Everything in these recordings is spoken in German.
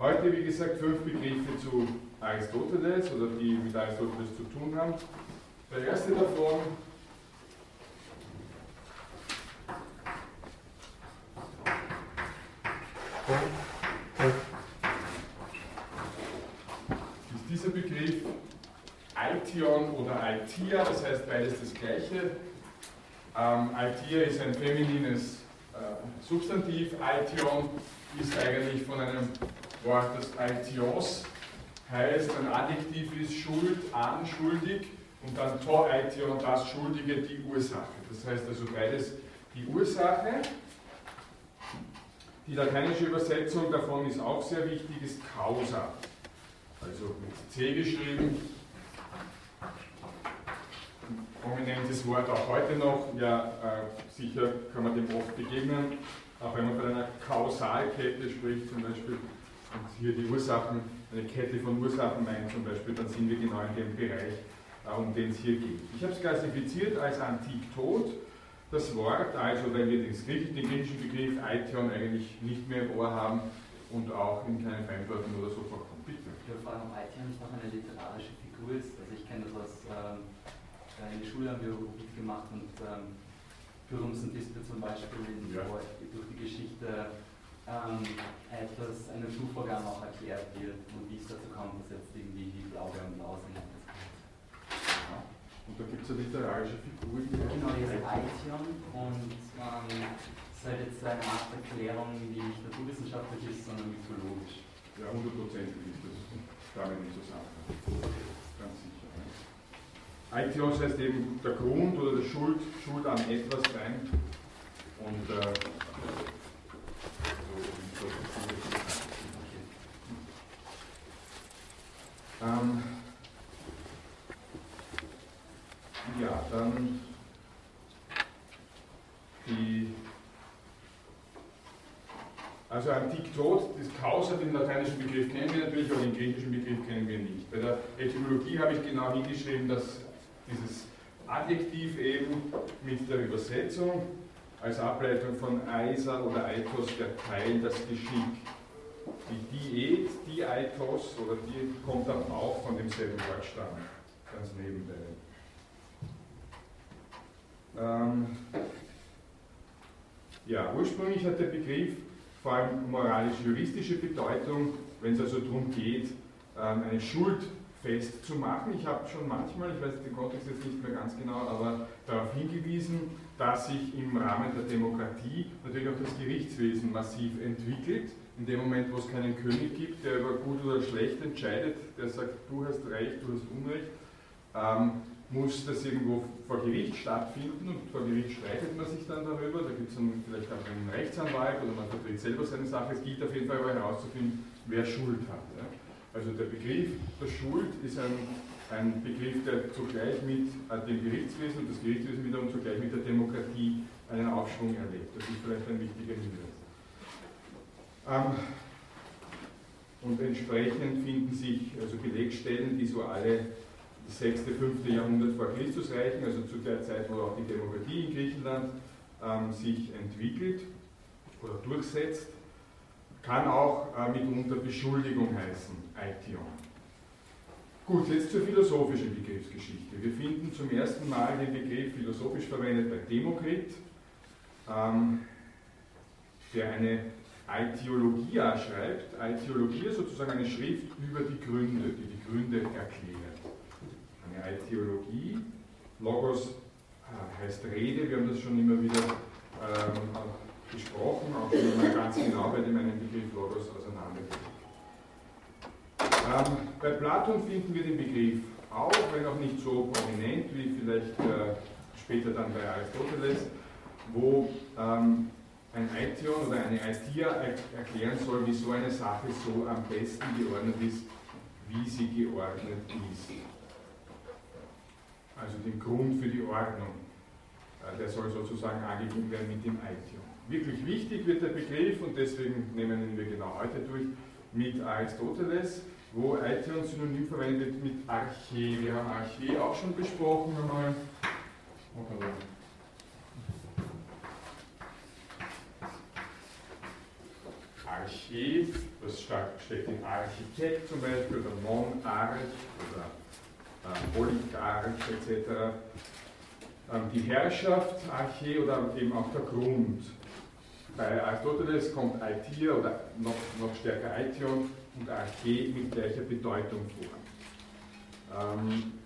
Heute, wie gesagt, 5 Begriffe zu Aristoteles oder die mit Aristoteles zu tun haben. Der erste davon ist dieser Begriff Aition oder Aitia, das heißt beides das Gleiche. Aitia ist ein feminines Substantiv, Aition ist eigentlich von einem Wort, das Aitios heißt, ein Adjektiv ist schuld, anschuldig und dann to Aition, das Schuldige, die Ursache. Das heißt also beides die Ursache. Die lateinische Übersetzung davon ist auch sehr wichtig, ist causa, also mit C geschrieben. Prominentes Wort auch heute noch, ja, sicher kann man dem oft begegnen, auch wenn man von einer Kausalkette spricht zum Beispiel und hier die Ursachen, eine Kette von Ursachen meint zum Beispiel, dann sind wir genau in dem Bereich, um den es hier geht. Ich habe es klassifiziert als Antik-Tot, das Wort, also wenn wir den griechischen Begriff Aition eigentlich nicht mehr im Ohr haben und auch in keinen Fremdwörtern oder so vorkommt. Bitte. Ich würde fragen, ob Aition nicht noch eine literarische Figur ist. Also ich kenne das aus in der Schule haben wir mitgemacht und Pyrrhus und Thisbe zum Beispiel, wo durch die Geschichte etwas, ein Naturvorgang auch erklärt wird und wie es dazu kommt, dass jetzt irgendwie die Blaue und Blau sind. Ja. Und da gibt es eine literarische Figur. Genau, die ist Aition und das ist halt jetzt eine Art Erklärung, die nicht naturwissenschaftlich ist, sondern mythologisch. Ja, 100% ist das damit im Zusammenhang. Ganz sicher. Aitios heißt eben der Grund oder der Schuld an etwas sein. Und ja, dann also Antik-Tot, das Causa, den lateinischen Begriff kennen wir natürlich, aber den griechischen Begriff kennen wir nicht. Bei der Etymologie habe ich genau hingeschrieben, dass dieses Adjektiv eben mit der Übersetzung als Ableitung von Aisa oder Aitos, der Teil, das Geschick. Die Diät, die Aitos oder die kommt dann auch von demselben Wortstamm, ganz nebenbei. Ja, ursprünglich hat der Begriff vor allem moralisch-juristische Bedeutung, wenn es also darum geht, eine Schuld festzumachen. Ich habe schon manchmal, ich weiß den Kontext jetzt nicht mehr ganz genau, aber darauf hingewiesen, dass sich im Rahmen der Demokratie natürlich auch das Gerichtswesen massiv entwickelt. In dem Moment, wo es keinen König gibt, der über gut oder schlecht entscheidet, der sagt, du hast Recht, du hast Unrecht, muss das irgendwo vor Gericht stattfinden und vor Gericht streitet man sich dann darüber. Da gibt es dann vielleicht auch einen Rechtsanwalt oder man vertritt selber seine Sache. Es gilt auf jeden Fall aber herauszufinden, wer Schuld hat. Ja. Also der Begriff der Schuld ist ein Begriff, der zugleich mit dem Gerichtswesen und das Gerichtswesen wiederum zugleich mit der Demokratie einen Aufschwung erlebt. Das ist vielleicht ein wichtiger Hinweis. Und entsprechend finden sich also Belegstellen, die so alle das 6., 5. Jahrhundert vor Christus reichen, also zu der Zeit, wo auch die Demokratie in Griechenland sich entwickelt oder durchsetzt, kann auch mitunter Beschuldigung heißen, Aition. Gut, jetzt zur philosophischen Begriffsgeschichte. Wir finden zum ersten Mal den Begriff philosophisch verwendet bei Demokrit, der eine Aitiologia schreibt. Aitiologia ist sozusagen eine Schrift über die Gründe, die die Gründe erklärt. Eine Aitiologie. Logos heißt Rede, wir haben das schon immer wieder gesprochen, auch schon mal ganz genau bei dem einen Begriff Logos auseinandergesetzt. Bei Platon finden wir den Begriff auch, wenn auch nicht so prominent wie vielleicht später dann bei Aristoteles, wo ein Aition oder eine Aitia erklären soll, wieso eine Sache so am besten geordnet ist, wie sie geordnet ist. Also den Grund für die Ordnung, der soll sozusagen angegeben werden mit dem Aition. Wirklich wichtig wird der Begriff, und deswegen nehmen ihn wir genau heute durch, mit Aristoteles, wo Aition synonym verwendet mit Arche. Wir haben Arche auch schon besprochen einmal. Arche, Das steckt in Architekt zum Beispiel oder Non-Arch oder Oligarch etc. Die Herrschaft, Arche oder eben auch der Grund. Bei Aristoteles kommt Aitia oder noch stärker Aition und Arche mit gleicher Bedeutung vor.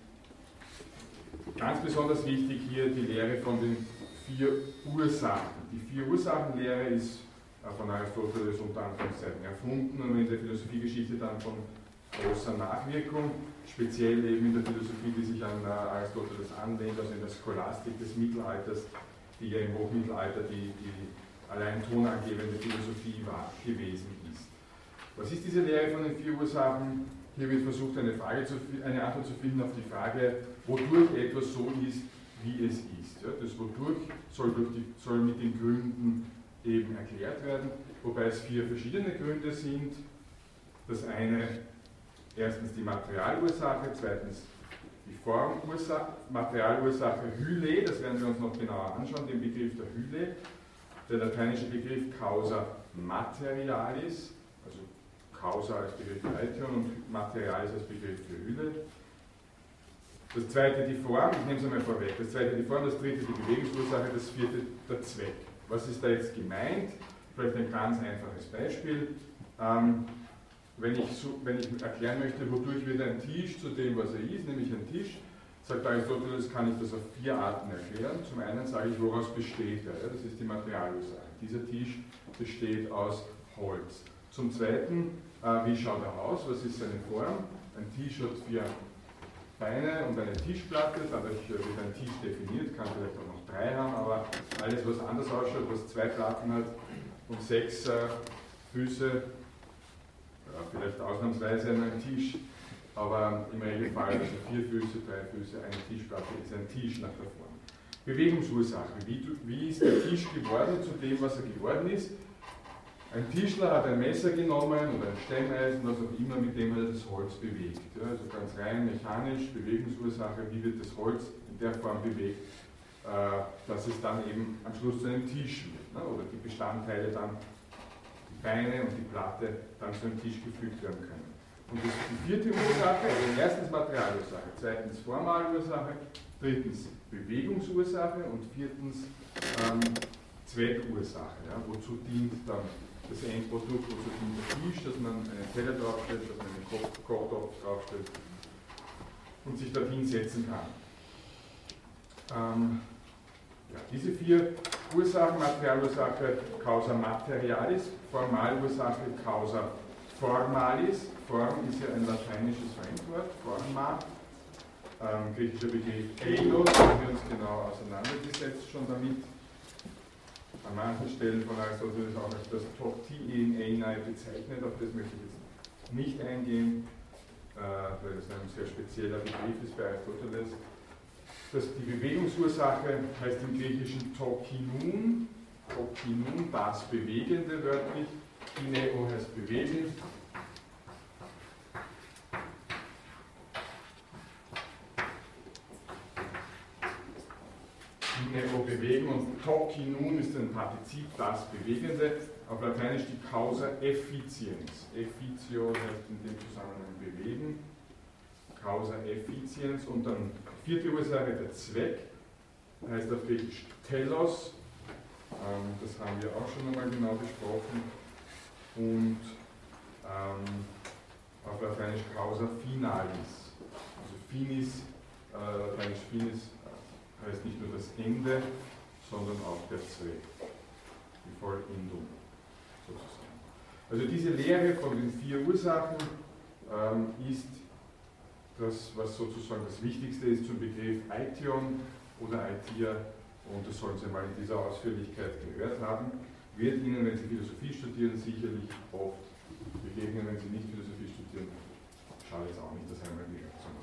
Ganz besonders wichtig hier die Lehre von den 4 Ursachen. Die 4 Ursachenlehre ist von Aristoteles unter Anführungszeichen erfunden und in der Philosophiegeschichte dann von großer Nachwirkung, speziell eben in der Philosophie, die sich an Aristoteles anlehnt, also in der Scholastik des Mittelalters, die ja im Hochmittelalter die allein tonangebende Philosophie gewesen ist. Was ist diese Lehre von den 4 Ursachen? Hier wird versucht, eine Antwort zu finden auf die Frage, wodurch etwas so ist, wie es ist. Ja, das wodurch soll mit den Gründen eben erklärt werden, wobei es 4 verschiedene Gründe sind. Das eine, erstens die Materialursache, zweitens die Formursache, Materialursache Hyle, das werden wir uns noch genauer anschauen, den Begriff der Hyle, der lateinische Begriff causa materialis, also causa als Begriff für Aition und materialis als Begriff für Hyle. Das zweite die Form, ich nehme es einmal vorweg, das zweite die Form, das dritte die Bewegungsursache, das vierte der Zweck. Was ist da jetzt gemeint? Vielleicht ein ganz einfaches Beispiel. Wenn ich erklären möchte, wodurch wird ein Tisch zu dem, was er ist, nämlich ein Tisch, sagt Aristoteles, kann ich das auf 4 Arten erklären. Zum einen sage ich, woraus besteht er? Ja, das ist die Materialursache. Dieser Tisch besteht aus Holz. Zum zweiten, wie schaut er aus? Was ist seine Form? Ein Tisch hat 4 Beine und eine Tischplatte, dadurch wird ein Tisch definiert, kann vielleicht auch noch 3 haben, aber alles, was anders ausschaut, was 2 Platten hat und 6 Füße, ja, vielleicht ausnahmsweise ein Tisch, aber im Regelfall also 4 Füße, 3 Füße, eine Tischplatte ist ein Tisch nach der Form. Bewegungsursache, wie ist der Tisch geworden zu dem, was er geworden ist? Ein Tischler hat ein Messer genommen oder ein Stemmeisen, was auch immer, mit dem er das Holz bewegt. Ja, also ganz rein mechanisch, Bewegungsursache, wie wird das Holz in der Form bewegt, dass es dann eben am Schluss zu einem Tisch wird. Ne? Oder die Bestandteile dann, die Beine und die Platte, dann zu einem Tisch gefügt werden können. Und das ist die 4. Ursache, also erstens Materialursache, zweitens Formalursache, drittens Bewegungsursache und 4. Zweckursache. Ja? Wozu dient dann das Endprodukt, wozu dient der Tisch, dass man einen Teller draufstellt, dass man einen Kochtopf draufstellt und sich dorthin setzen kann. Ja, diese 4 Ursachen, Materialursache causa materialis, Formalursache causa formalis. Form ist ja ein lateinisches Fremdwort, forma, griechischer Begriff eilos, haben wir uns genau auseinandergesetzt schon damit. An manchen Stellen von Aristoteles auch als das Toktien Einai bezeichnet, auf das möchte ich jetzt nicht eingehen, weil das ein sehr spezieller Begriff ist bei Aristoteles. Die Bewegungsursache heißt im Griechischen Tokinun, das Bewegende wörtlich, Kineo heißt bewegen. Bewegen und tokinun ist ein Partizip, das Bewegende, auf Lateinisch die Causa efficiens. Efficio heißt in dem Zusammenhang bewegen, Causa efficiens und dann 4. Ursache der Zweck, heißt auf Griechisch telos, das haben wir auch schon einmal genau besprochen, und auf Lateinisch Causa finalis, also finis, Lateinisch finis, heißt nicht nur das Ende, sondern auch der Zweck, die Vollendung sozusagen. Also diese Lehre von den 4 Ursachen ist das, was sozusagen das Wichtigste ist zum Begriff Aition oder Aitia, und das sollen Sie mal in dieser Ausführlichkeit gehört haben, wird Ihnen, wenn Sie Philosophie studieren, sicherlich oft begegnen. Wenn Sie nicht Philosophie studieren, schadet es auch nicht, das einmal gehört zu haben.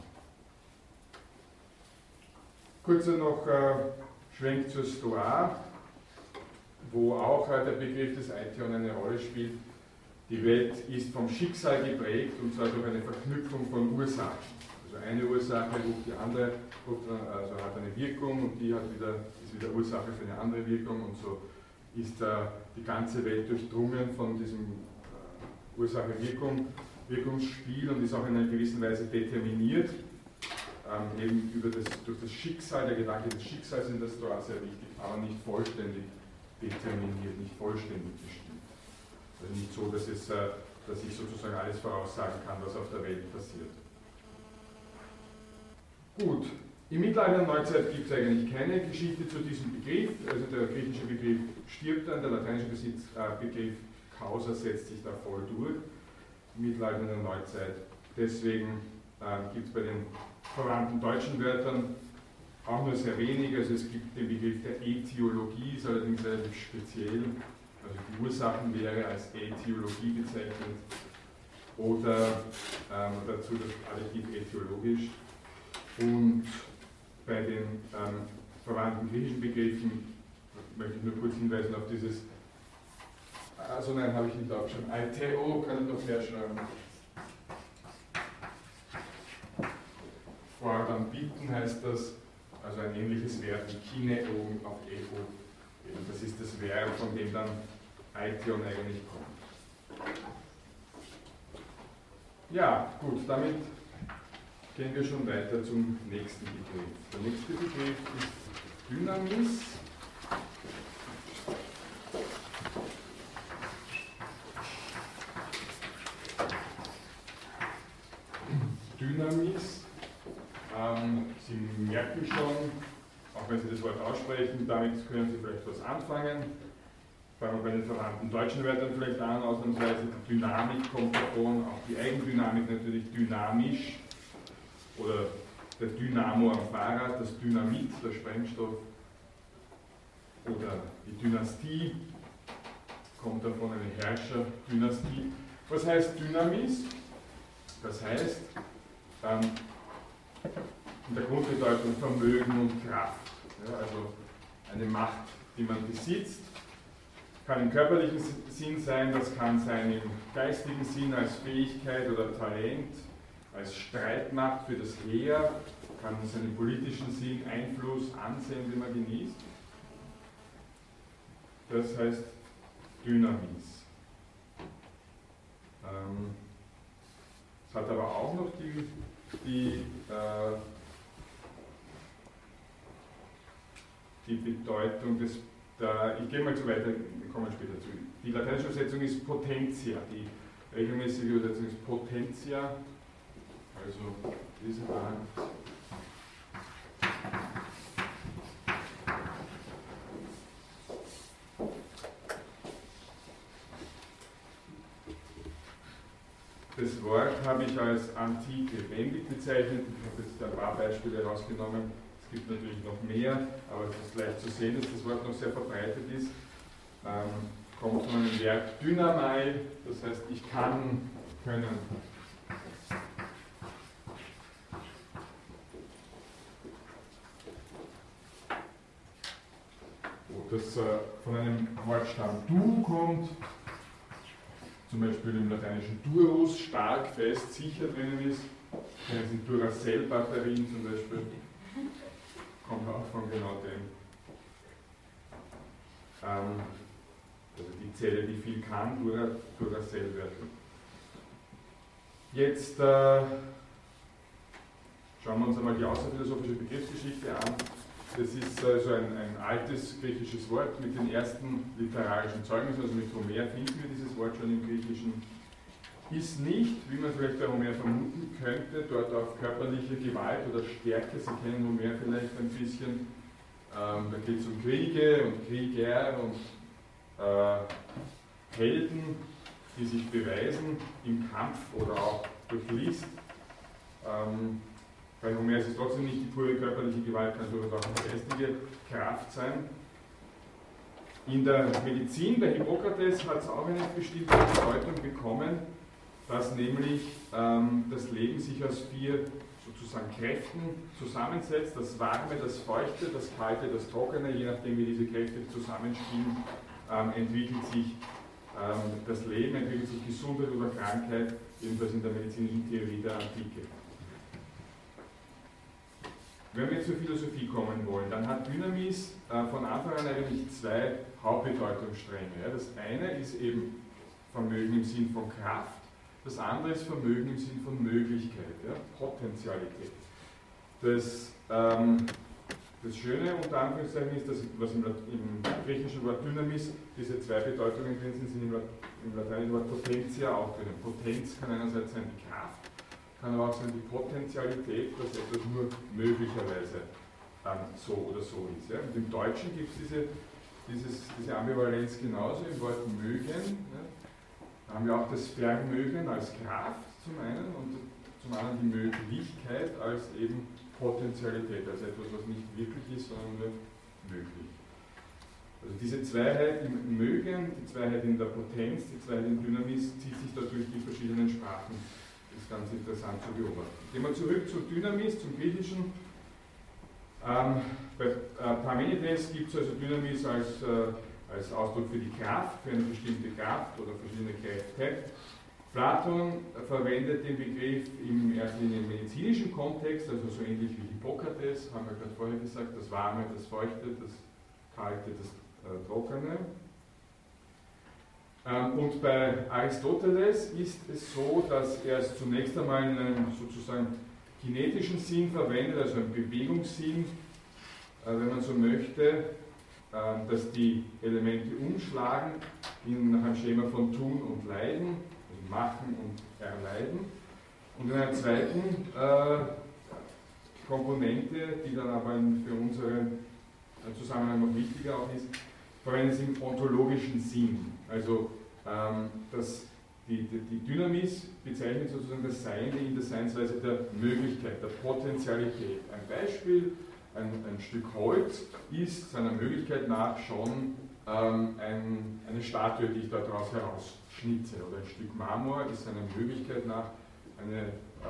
Kurzer noch Schwenk zur Stoa, wo auch der Begriff des Aition eine Rolle spielt. Die Welt ist vom Schicksal geprägt und zwar durch eine Verknüpfung von Ursachen. Also eine Ursache ruft die andere, also hat eine Wirkung und die ist wieder Ursache für eine andere Wirkung und so ist die ganze Welt durchdrungen von diesem Ursache-Wirkungsspiel und ist auch in einer gewissen Weise determiniert, eben durch das Schicksal, der Gedanke des Schicksals in der Stoa sehr wichtig, aber nicht vollständig determiniert, nicht vollständig bestimmt. Also nicht so, dass ich sozusagen alles voraussagen kann, was auf der Welt passiert. Gut, im Mittelalter und Neuzeit gibt es eigentlich keine Geschichte zu diesem Begriff, also der griechische Begriff stirbt dann, der lateinische Begriff Causa setzt sich da voll durch, im Mittelalter und Neuzeit. Deswegen gibt es bei den verwandten deutschen Wörtern auch nur sehr wenig, also es gibt den Begriff der Ätiologie, ist allerdings relativ speziell, also die Ursachenlehre als Ätiologie bezeichnet, oder dazu das Adjektiv ätiologisch. Und bei den verwandten griechischen Begriffen möchte ich nur kurz hinweisen auf dieses, also nein, habe ich nicht aufgeschrieben, Aiteo kann ich noch mehr schreiben. Fordern, bitten heißt das, also ein ähnliches Verb wie Kineo auf Ego. Das ist das Verb, von dem dann Aitheon eigentlich kommt. Ja, gut, damit gehen wir schon weiter zum nächsten Begriff. Der nächste Begriff ist Dynamis. Dynamis. Sie merken schon, auch wenn Sie das Wort aussprechen, damit können Sie vielleicht was anfangen. Fangen wir bei den verwandten deutschen Wörtern vielleicht an, ausnahmsweise. Die Dynamik kommt davon, auch die Eigendynamik natürlich dynamisch. Oder der Dynamo am Fahrrad, das Dynamit, der Sprengstoff. Oder die Dynastie kommt davon, eine Herrscherdynastie. Was heißt Dynamis? Das heißt, in der Grundbedeutung Vermögen und Kraft. Ja, also eine Macht, die man besitzt. Kann im körperlichen Sinn sein, das kann sein im geistigen Sinn als Fähigkeit oder Talent, als Streitmacht für das Heer, kann es einen politischen Sinn, Einfluss, Ansehen, den man genießt. Das heißt Dynamis. Es hat aber auch noch die Bedeutung des, ich gehe mal so weiter, wir kommen später zu. Die lateinische Übersetzung ist Potentia, die regelmäßige Übersetzung ist Potentia, also diese Art. Das Wort habe ich als antike lebendig bezeichnet. Ich habe jetzt ein paar Beispiele herausgenommen. Es gibt natürlich noch mehr, aber es ist leicht zu sehen, dass das Wort noch sehr verbreitet ist. Kommt von einem Verb dynamai, das heißt, ich kann, können. Das von einem Wortstamm du kommt, zum Beispiel im lateinischen durus, stark, fest, sicher drinnen ist. Das sind Duracell-Batterien zum Beispiel. Kommt auch von genau dem. Also die Zelle, die viel kann, Duracell-Werte. Jetzt schauen wir uns einmal die außerphilosophische Begriffsgeschichte an. Das ist also ein altes griechisches Wort mit den ersten literarischen Zeugnissen, also mit Homer finden wir dieses Wort schon im Griechischen. Ist nicht, wie man vielleicht bei Homer vermuten könnte, dort auf körperliche Gewalt oder Stärke, Sie kennen Homer vielleicht ein bisschen, da geht es um Kriege und Krieger und Helden, die sich beweisen im Kampf oder auch durch List. Bei Homer ist es trotzdem nicht die pure körperliche Gewalt, kann durchaus auch eine geistige Kraft sein. In der Medizin, bei Hippokrates, hat es auch eine bestimmte Bedeutung bekommen, dass nämlich das Leben sich aus 4 sozusagen Kräften zusammensetzt. Das Warme, das Feuchte, das Kalte, das Trockene, je nachdem wie diese Kräfte zusammenspielen, entwickelt sich das Leben, entwickelt sich Gesundheit oder Krankheit, jedenfalls in der medizinischen Theorie der Antike. Wenn wir zur Philosophie kommen wollen, dann hat Dynamis von Anfang an eigentlich 2 Hauptbedeutungsstränge. Ja. Das eine ist eben Vermögen im Sinn von Kraft, das andere ist Vermögen im Sinn von Möglichkeit, ja, Potentialität. Das Schöne unter Anführungszeichen ist, dass was im griechischen Wort Dynamis diese zwei Bedeutungen drin sind im lateinischen Wort Potentia auch drin. Potenz kann einerseits sein die Kraft, kann aber auch sein die Potentialität, dass etwas nur möglicherweise so oder so ist. Ja. Und im Deutschen gibt es diese Ambivalenz genauso im Wort mögen. Ja. Da haben wir auch das Vermögen als Kraft zum einen und zum anderen die Möglichkeit als eben Potentialität, also etwas, was nicht wirklich ist, sondern nur möglich. Also diese Zweiheit im Mögen, die Zweiheit in der Potenz, die Zweiheit in Dynamis zieht sich da durch die verschiedenen Sprachen. Das ist ganz interessant zu beobachten. Gehen wir zurück zu Dynamis, zum Griechischen. Bei Parmenides gibt es also Dynamis als Ausdruck für die Kraft, für eine bestimmte Kraft oder verschiedene Kräfte. Platon verwendet den Begriff im ersten Linie im medizinischen Kontext, also so ähnlich wie Hippokrates, haben wir gerade vorher gesagt, das Warme, das Feuchte, das Kalte, das Trockene. Und bei Aristoteles ist es so, dass er es zunächst einmal in einem sozusagen kinetischen Sinn verwendet, also einen Bewegungssinn, wenn man so möchte, dass die Elemente umschlagen nach einem Schema von Tun und Leiden, Machen und Erleiden. Und in einer zweiten Komponente, die dann aber für unseren Zusammenhang noch wichtiger auch ist, verwenden sie im ontologischen Sinn. Also die Dynamis bezeichnet sozusagen das Seiende in der Seinsweise der Möglichkeit, der Potentialität. Ein Beispiel, ein Stück Holz ist seiner Möglichkeit nach schon eine Statue, die ich daraus herausschnitze, oder ein Stück Marmor ist seiner Möglichkeit nach ein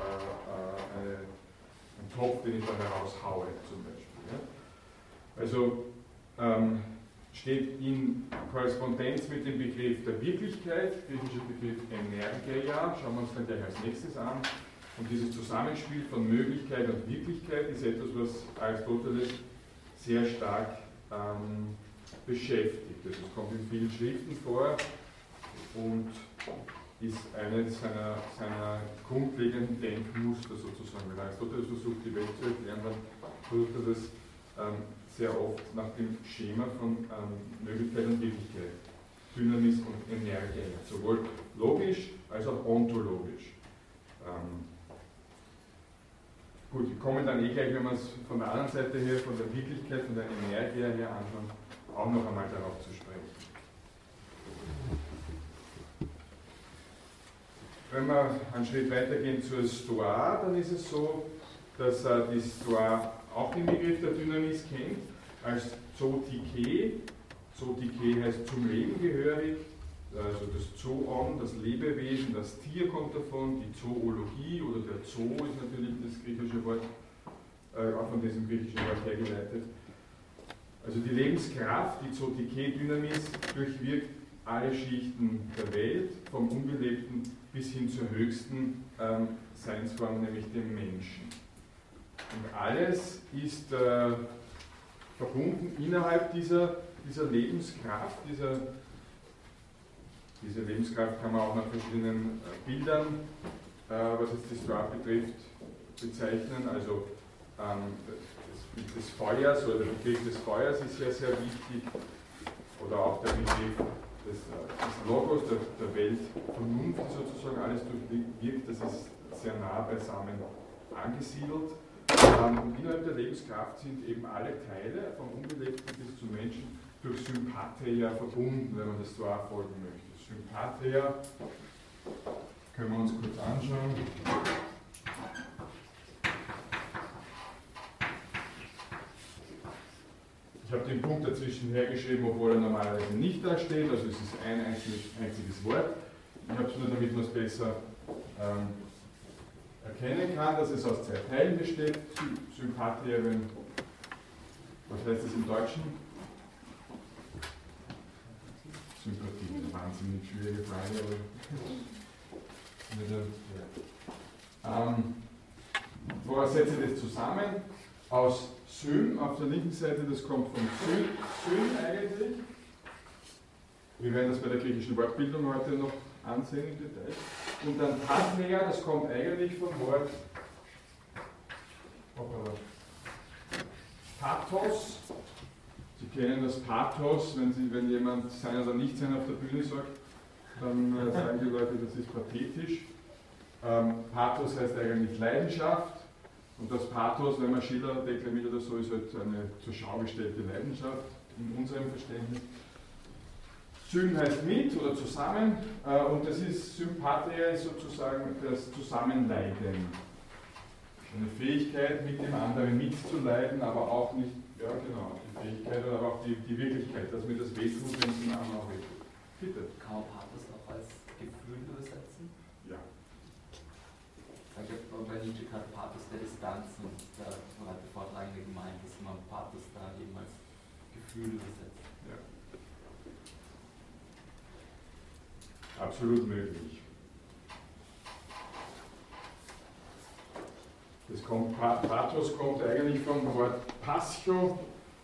Topf, den ich da heraushaue, zum Beispiel. Ja. Also steht in Korrespondenz mit dem Begriff der Wirklichkeit, griechischer Begriff Energeia, schauen wir uns dann gleich als nächstes an. Und dieses Zusammenspiel von Möglichkeit und Wirklichkeit ist etwas, was Aristoteles sehr stark beschäftigt. Das kommt in vielen Schriften vor und ist eines seiner grundlegenden Denkmuster sozusagen. Wenn Aristoteles versucht, die Welt zu erklären, dann versucht er das sehr oft nach dem Schema von Möglichkeit und Wirklichkeit, Dynamis und Energie, sowohl logisch als auch ontologisch. Gut, wir kommen dann gleich, wenn wir es von der anderen Seite her, von der Wirklichkeit, von der Energie her anschauen, auch noch einmal darauf zu sprechen. Wenn wir einen Schritt weitergehen zur Stoa, dann ist es so, dass die Stoa auch den Begriff der Dynamis kennt, als Zootike. Zootike heißt zum Leben gehörig, also das Zoon, das Lebewesen, das Tier kommt davon, die Zoologie oder der Zoo ist natürlich das griechische Wort, auch von diesem griechischen Wort hergeleitet. Also die Lebenskraft, die Zootike Dynamis, durchwirkt alle Schichten der Welt, vom Unbelebten bis hin zur höchsten Seinsform, nämlich dem Menschen. Und alles ist verbunden innerhalb dieser Lebenskraft. Diese Lebenskraft kann man auch nach verschiedenen Bildern, was jetzt die Stoa betrifft, bezeichnen. Also das Bild des Feuers oder der Begriff des Feuers ist sehr, sehr wichtig. Oder auch der Begriff des Logos, der Weltvernunft, die sozusagen alles durchwirkt. Das ist sehr nah beisammen angesiedelt. Und innerhalb der Lebenskraft sind eben alle Teile, vom Unbelebten bis zum Menschen, durch Sympathia verbunden, wenn man das so folgen möchte. Sympathia können wir uns kurz anschauen. Ich habe den Punkt dazwischen hergeschrieben, obwohl er normalerweise nicht da steht, also es ist ein einziges Wort. Ich habe es nur, damit man es besser erkennen kann, dass es aus zwei Teilen besteht. Sympathia, was heißt das im Deutschen? Sympathie, eine wahnsinnig schwierige Frage, aber woraus setze ich das zusammen? Aus Sym auf der linken Seite, das kommt von Syn eigentlich. Wir werden das bei der griechischen Wortbildung heute noch ansehen im Detail. Und dann Patria, das kommt eigentlich vom Wort Pathos. Sie kennen das Pathos, wenn jemand sein oder nicht sein auf der Bühne sagt, dann sagen die Leute, das ist pathetisch. Pathos heißt eigentlich Leidenschaft. Und das Pathos, wenn man Schiller deklamiert oder so, ist halt eine zur Schau gestellte Leidenschaft in unserem Verständnis. Sym heißt mit oder zusammen und das ist Sympathia ist sozusagen das Zusammenleiden. Eine Fähigkeit, mit dem anderen mitzuleiden, aber auch nicht, ja genau, die Fähigkeit, aber auch die Wirklichkeit, dass mir das wehtut, wenn es dem anderen auch wehtut. Bitte. Kann man Pathos auch als Gefühl übersetzen? Ja. Ich habe bei Nietzsche gerade Pathos der Distanz und da hat der Vortragende gemeint, dass man Pathos da eben als Gefühl übersetzt. Ja. Absolut möglich. Pathos kommt eigentlich vom Wort Passio.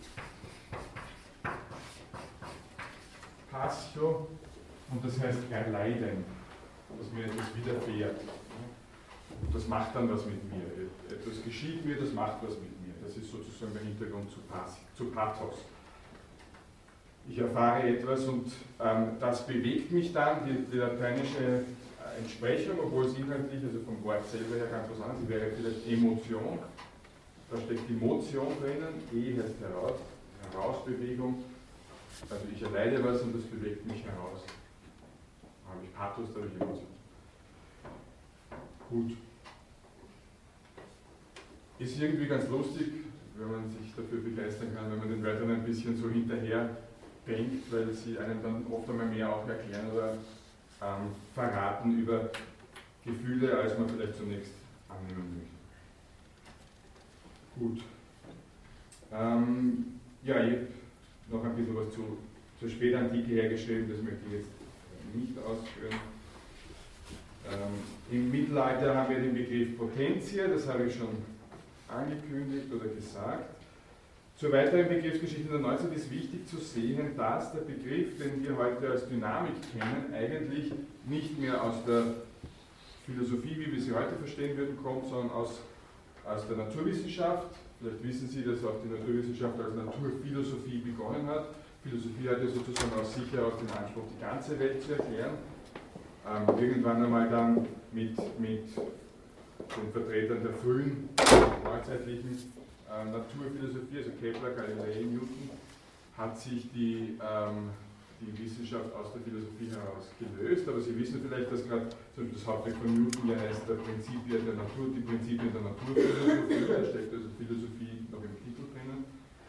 Passio, und das heißt erleiden, dass mir etwas widerfährt. Und das macht dann was mit mir. Etwas geschieht mir, das macht was mit mir. Das ist sozusagen der Hintergrund zu Pathos. Ich erfahre etwas und das bewegt mich dann, die lateinische Entsprechung, obwohl es inhaltlich, also vom Wort selber her ganz was anderes, wäre vielleicht Emotion. Da steckt die Motion drinnen, heißt Herausbewegung. Also ich erleide was und das bewegt mich heraus. Da habe ich Pathos, da habe ich Emotion. Gut. Ist irgendwie ganz lustig, wenn man sich dafür begeistern kann, wenn man den Wörtern ein bisschen so hinterher denkt, weil sie einem dann oft einmal mehr auch erklären oder verraten über Gefühle, als man vielleicht zunächst annehmen möchte. Gut. Ja, ich habe noch ein bisschen was zur Spätantike hergeschrieben, das möchte ich jetzt nicht ausführen. Im Mittelalter haben wir den Begriff Potentia, das habe ich schon angekündigt oder gesagt. Zur weiteren Begriffsgeschichte in der Neuzeit ist wichtig zu sehen, dass der Begriff, den wir heute als Dynamik kennen, eigentlich nicht mehr aus der Philosophie, wie wir sie heute verstehen würden, kommt, sondern aus der Naturwissenschaft. Vielleicht wissen Sie, dass auch die Naturwissenschaft als Naturphilosophie begonnen hat. Philosophie hat ja sozusagen aus sich heraus den Anspruch, die ganze Welt zu erklären. Irgendwann einmal dann mit den Vertretern der frühen, neuzeitlichen Naturphilosophie, also Kepler, Galilei, Newton, hat sich die Wissenschaft aus der Philosophie heraus gelöst. Aber Sie wissen vielleicht, dass gerade zum Beispiel das Hauptwerk von Newton ja heißt die Prinzipien der Naturphilosophie, da steckt also Philosophie noch im Titel drinnen.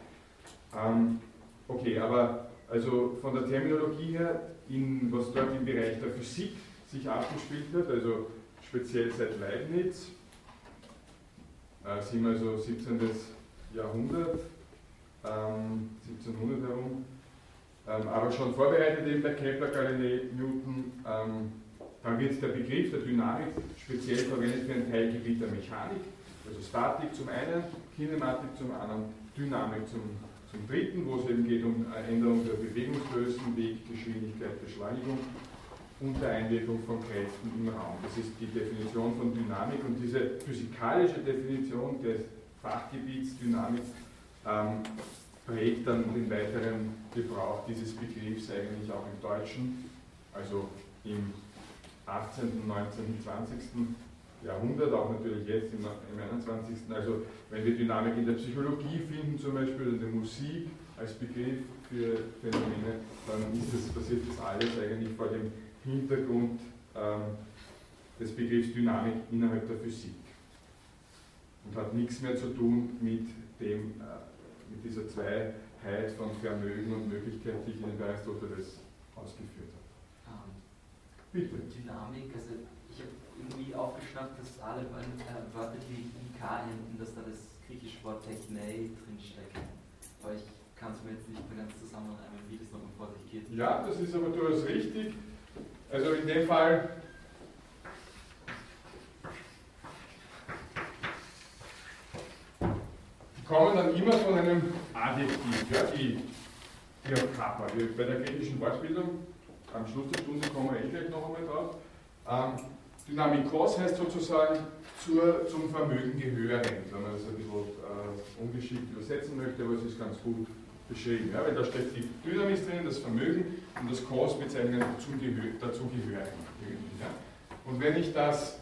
Okay, aber also von der Terminologie her, was dort im Bereich der Physik sich abgespielt hat, also speziell seit Leibniz, sind wir also 17. Jahrhundert, 1700 herum, aber schon vorbereitet eben bei Kepler, Galilei, Newton, dann wird der Begriff der Dynamik speziell verwendet für ein Teilgebiet der Mechanik, also Statik zum einen, Kinematik zum anderen, Dynamik zum dritten, wo es eben geht um Änderung der Bewegungsgrößen, Weg, Geschwindigkeit, Beschleunigung und der Einwirkung von Kräften im Raum. Das ist die Definition von Dynamik und diese physikalische Definition des Fachgebiets Dynamik prägt dann den weiteren Gebrauch dieses Begriffs eigentlich auch im Deutschen, also im 18., 19., 20. Jahrhundert, auch natürlich jetzt im 21. Also wenn wir Dynamik in der Psychologie finden zum Beispiel, oder in der Musik als Begriff für Phänomene, dann passiert das alles eigentlich vor dem Hintergrund des Begriffs Dynamik innerhalb der Physik und hat nichts mehr zu tun mit dieser Zweiheit von Vermögen und Möglichkeit, die ich Ihnen bei Aristoteles ausgeführt habe. Bitte. Dynamik, also ich habe irgendwie aufgeschnappt, dass alle Wörter, die IK enden, dass da das griechische Wort Technei drinsteckt. Aber ich kann es mir jetzt nicht mehr ganz zusammenreimen, wie das noch vor sich geht. Ja, das ist aber durchaus richtig. Also in dem Fall die kommen dann immer von einem Adjektiv, ja, die auf Kappa. Bei der griechischen Wortbildung am Schluss der Stunde kommen wir gleich noch einmal drauf. Dynamikos heißt sozusagen zum Vermögen gehörend, wenn man das ein bisschen ungeschickt übersetzen möchte, aber es ist ganz gut beschrieben. Ja, weil da steht die Dynamis drin, das Vermögen, und das Kos bezeichnet dazugehören. Ja. Und wenn ich das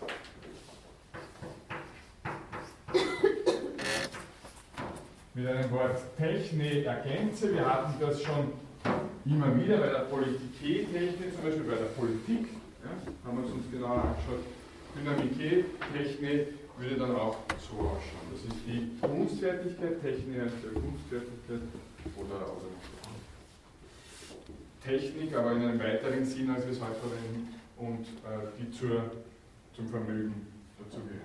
mit einem Wort Techne ergänze, wir hatten das schon immer wieder bei der Politike-Technik, zum Beispiel bei der Politik, ja, haben wir uns genauer angeschaut. Dynamike-Techne würde dann auch so ausschauen. Das ist die Kunstfertigkeit, Technik heißt ja Kunstfertigkeit oder Technik, aber in einem weiteren Sinn, als wir es heute verwenden, und die zum Vermögen dazugehören.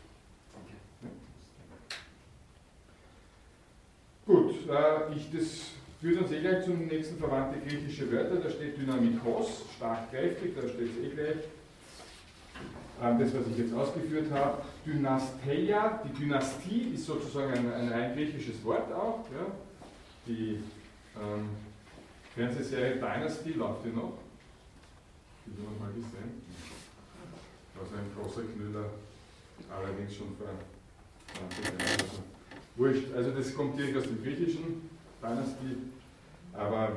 Gut, das führt uns gleich zum nächsten verwandte griechische Wörter. Da steht Dynamikos, stark kräftig, da steht es gleich. Das, was ich jetzt ausgeführt habe. Dynasteia, die Dynastie ist sozusagen ein rein griechisches Wort auch. Ja. Die Fernsehserie Dynasty läuft hier noch. Die haben wir mal gesehen. Das war ein großer Knüller, allerdings schon vor 20 Jahren oder so. Wurscht, also das kommt direkt aus dem Griechischen, Dynasty, aber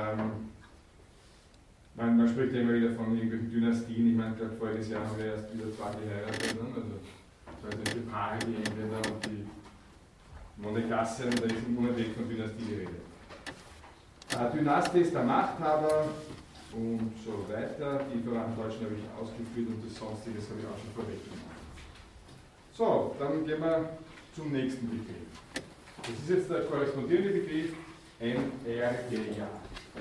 man spricht ja immer wieder von irgendwelchen Dynastien. Ich meine, gerade voriges Jahr haben wir erst wieder 2 geheiratet, ne? Also ich weiß nicht, die Paare, die Engländer und die Monegassen, da ist unentwegt von Dynastie die Rede. Dynaste ist der Machthaber und so weiter. Die verwandten Deutschen habe ich ausgeführt und das Sonstiges habe ich auch schon vorweggenommen. So, dann gehen wir zum nächsten Begriff. Das ist jetzt der korrespondierende Begriff Energeia.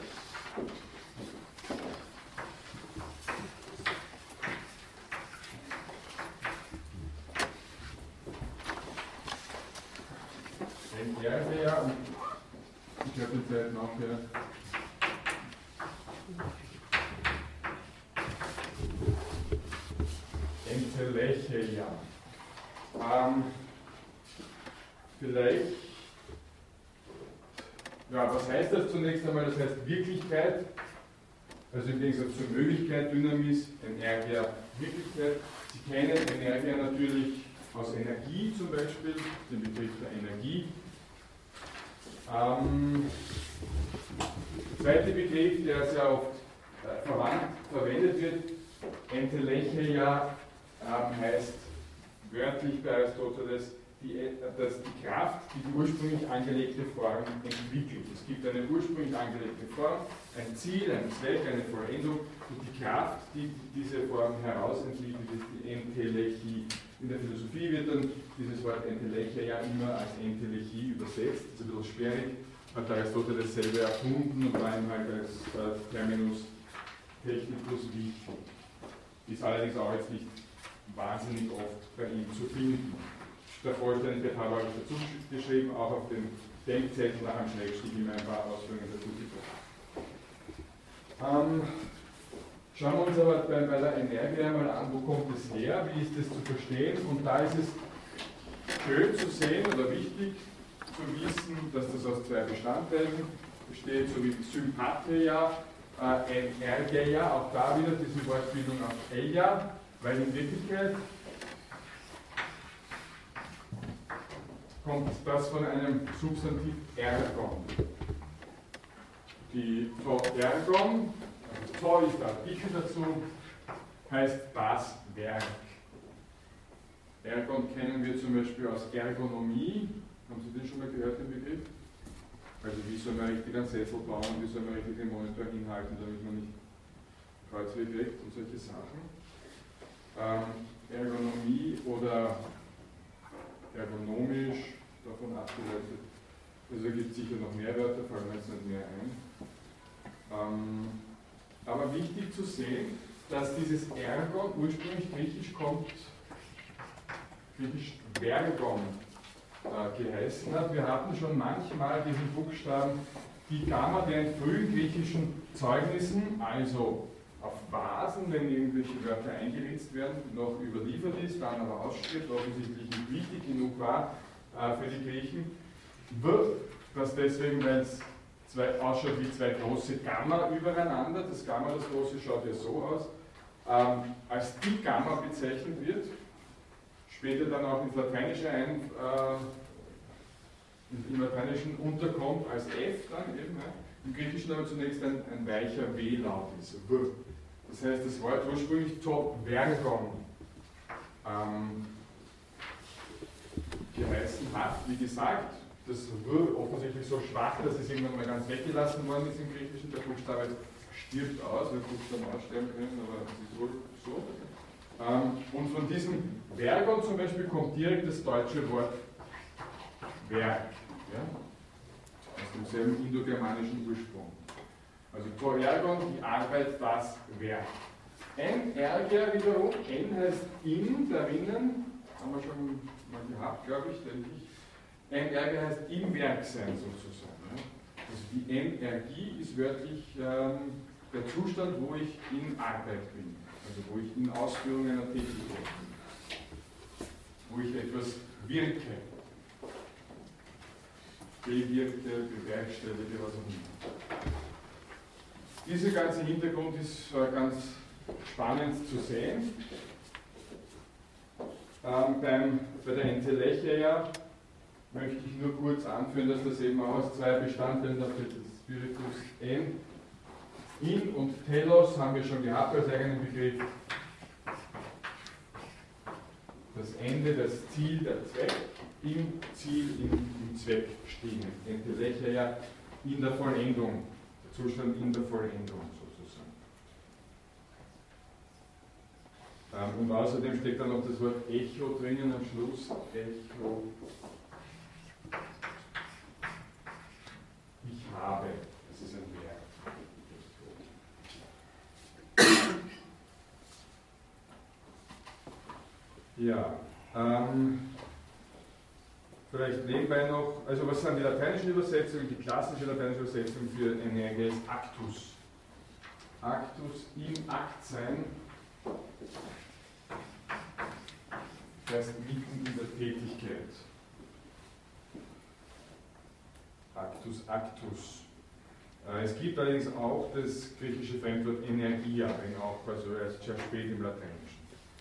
Energeia, und ich habe die Zeit nachher. Entelecheia. Vielleicht, ja, was heißt das zunächst einmal? Das heißt Wirklichkeit, also im Gegensatz zur Möglichkeit, Dynamis, Energia, Wirklichkeit. Sie kennen Energia natürlich aus Energie zum Beispiel, den Begriff der Energie. Der zweite Begriff, der sehr oft verwendet wird, Entelecheia, heißt wörtlich bei Aristoteles, dass die Kraft, die ursprünglich angelegte Form entwickelt. Es gibt eine ursprünglich angelegte Form, ein Ziel, ein Zweck, eine Vollendung, und die Kraft, die diese Form herausentwickelt, ist die Entelechie. In der Philosophie wird dann dieses Wort Entelechia ja immer als Entelechie übersetzt. Das ist ein bisschen schwierig, hat Aristoteles selber erfunden und war ihm halt als Terminus technicus wichtig. Ist allerdings auch jetzt nicht wahnsinnig oft bei ihm zu finden. Der Vollständigkeit habe ich dazu geschrieben, auch auf dem Denkzettel nach einem Schrägstrich immer ein paar Ausführungen dazu gebracht. Schauen wir uns aber bei der Energia mal an, wo kommt es her, wie ist das zu verstehen, und da ist es schön zu sehen oder wichtig zu wissen, dass das aus 2 Bestandteilen besteht, so wie Sympatria, Energeia, auch da wieder diese Wortbildung auf Eia, weil in Wirklichkeit kommt das von einem Substantiv Ergon. Die Ergon, also ist der Artikel dazu, heißt das Werk. Ergon kennen wir zum Beispiel aus Ergonomie. Haben Sie den schon mal gehört, den Begriff? Also wie soll man richtig einen Sessel bauen, wie soll man richtig den Monitor hinhalten, damit man nicht Kreuzweh kriegt und solche Sachen. Ergonomie oder ergonomisch, davon abgeleitet. Also gibt es sicher noch mehr Wörter, fallen mir jetzt nicht mehr ein. Aber wichtig zu sehen, dass dieses Ergon ursprünglich griechisch kommt, griechisch Vergon geheißen hat. Wir hatten schon manchmal diesen Buchstaben die Gamma, der in frühen griechischen Zeugnissen, also auf Vasen, wenn irgendwelche Wörter eingeritzt werden, noch überliefert ist, dann aber ausstirbt, offensichtlich nicht wichtig genug war für die Griechen, wird das deswegen, weil es ausschaut wie zwei große Gamma übereinander. Das Gamma, das große, schaut ja so aus. Als die Gamma bezeichnet wird, später dann auch ins Lateinische im Lateinischen unterkommt als F dann eben. Im Griechischen aber zunächst ein weicher W-Laut ist. Das heißt, das Wort ursprünglich to Vergon geheißen hat, wie gesagt, das W offensichtlich so schwach, dass es irgendwann mal ganz weggelassen worden ist im Griechischen. Der Buchstabe stirbt aus, wir Buchstaben aussterben können, aber es ist wohl so. Und von diesem Vergon zum Beispiel kommt direkt das deutsche Wort Werk, ja? Aus demselben indogermanischen Ursprung. Also Vergon, die Arbeit, das Werk. Energia wiederum, N heißt in, darinnen, haben wir schon mal gehabt, glaube ich, denke ich. Energia heißt im Werk sein sozusagen. Ja? Also die Energie ist wörtlich der Zustand, wo ich in Arbeit bin, also wo ich in Ausführung einer Tätigkeit bin, wo ich etwas wirke, bewirkte, bewerkstellige, was auch immer. Dieser ganze Hintergrund ist ganz spannend zu sehen. Bei der Entelecheia möchte ich nur kurz anführen, dass das eben auch aus zwei Bestandteilen des Spiritus N. In und Telos haben wir schon gehabt als eigenen Begriff. Das Ende, das Ziel, der Zweck, im Ziel, im Zweck stehen. Entelecheia in der Vollendung, der Zustand in der Vollendung sozusagen. Und außerdem steckt dann noch das Wort Echo drinnen am Schluss. Echo. Ich habe. Das ist ein Verb. Ja, vielleicht nebenbei noch, also was sind die lateinischen Übersetzungen? Die klassische lateinische Übersetzung für Energie ist Actus. Actus, im Akt sein, das heißt mitten in der Tätigkeit. Actus, actus. Es gibt allerdings auch das griechische Fremdwort Energia, wenn auch also erst sehr spät im Lateinischen.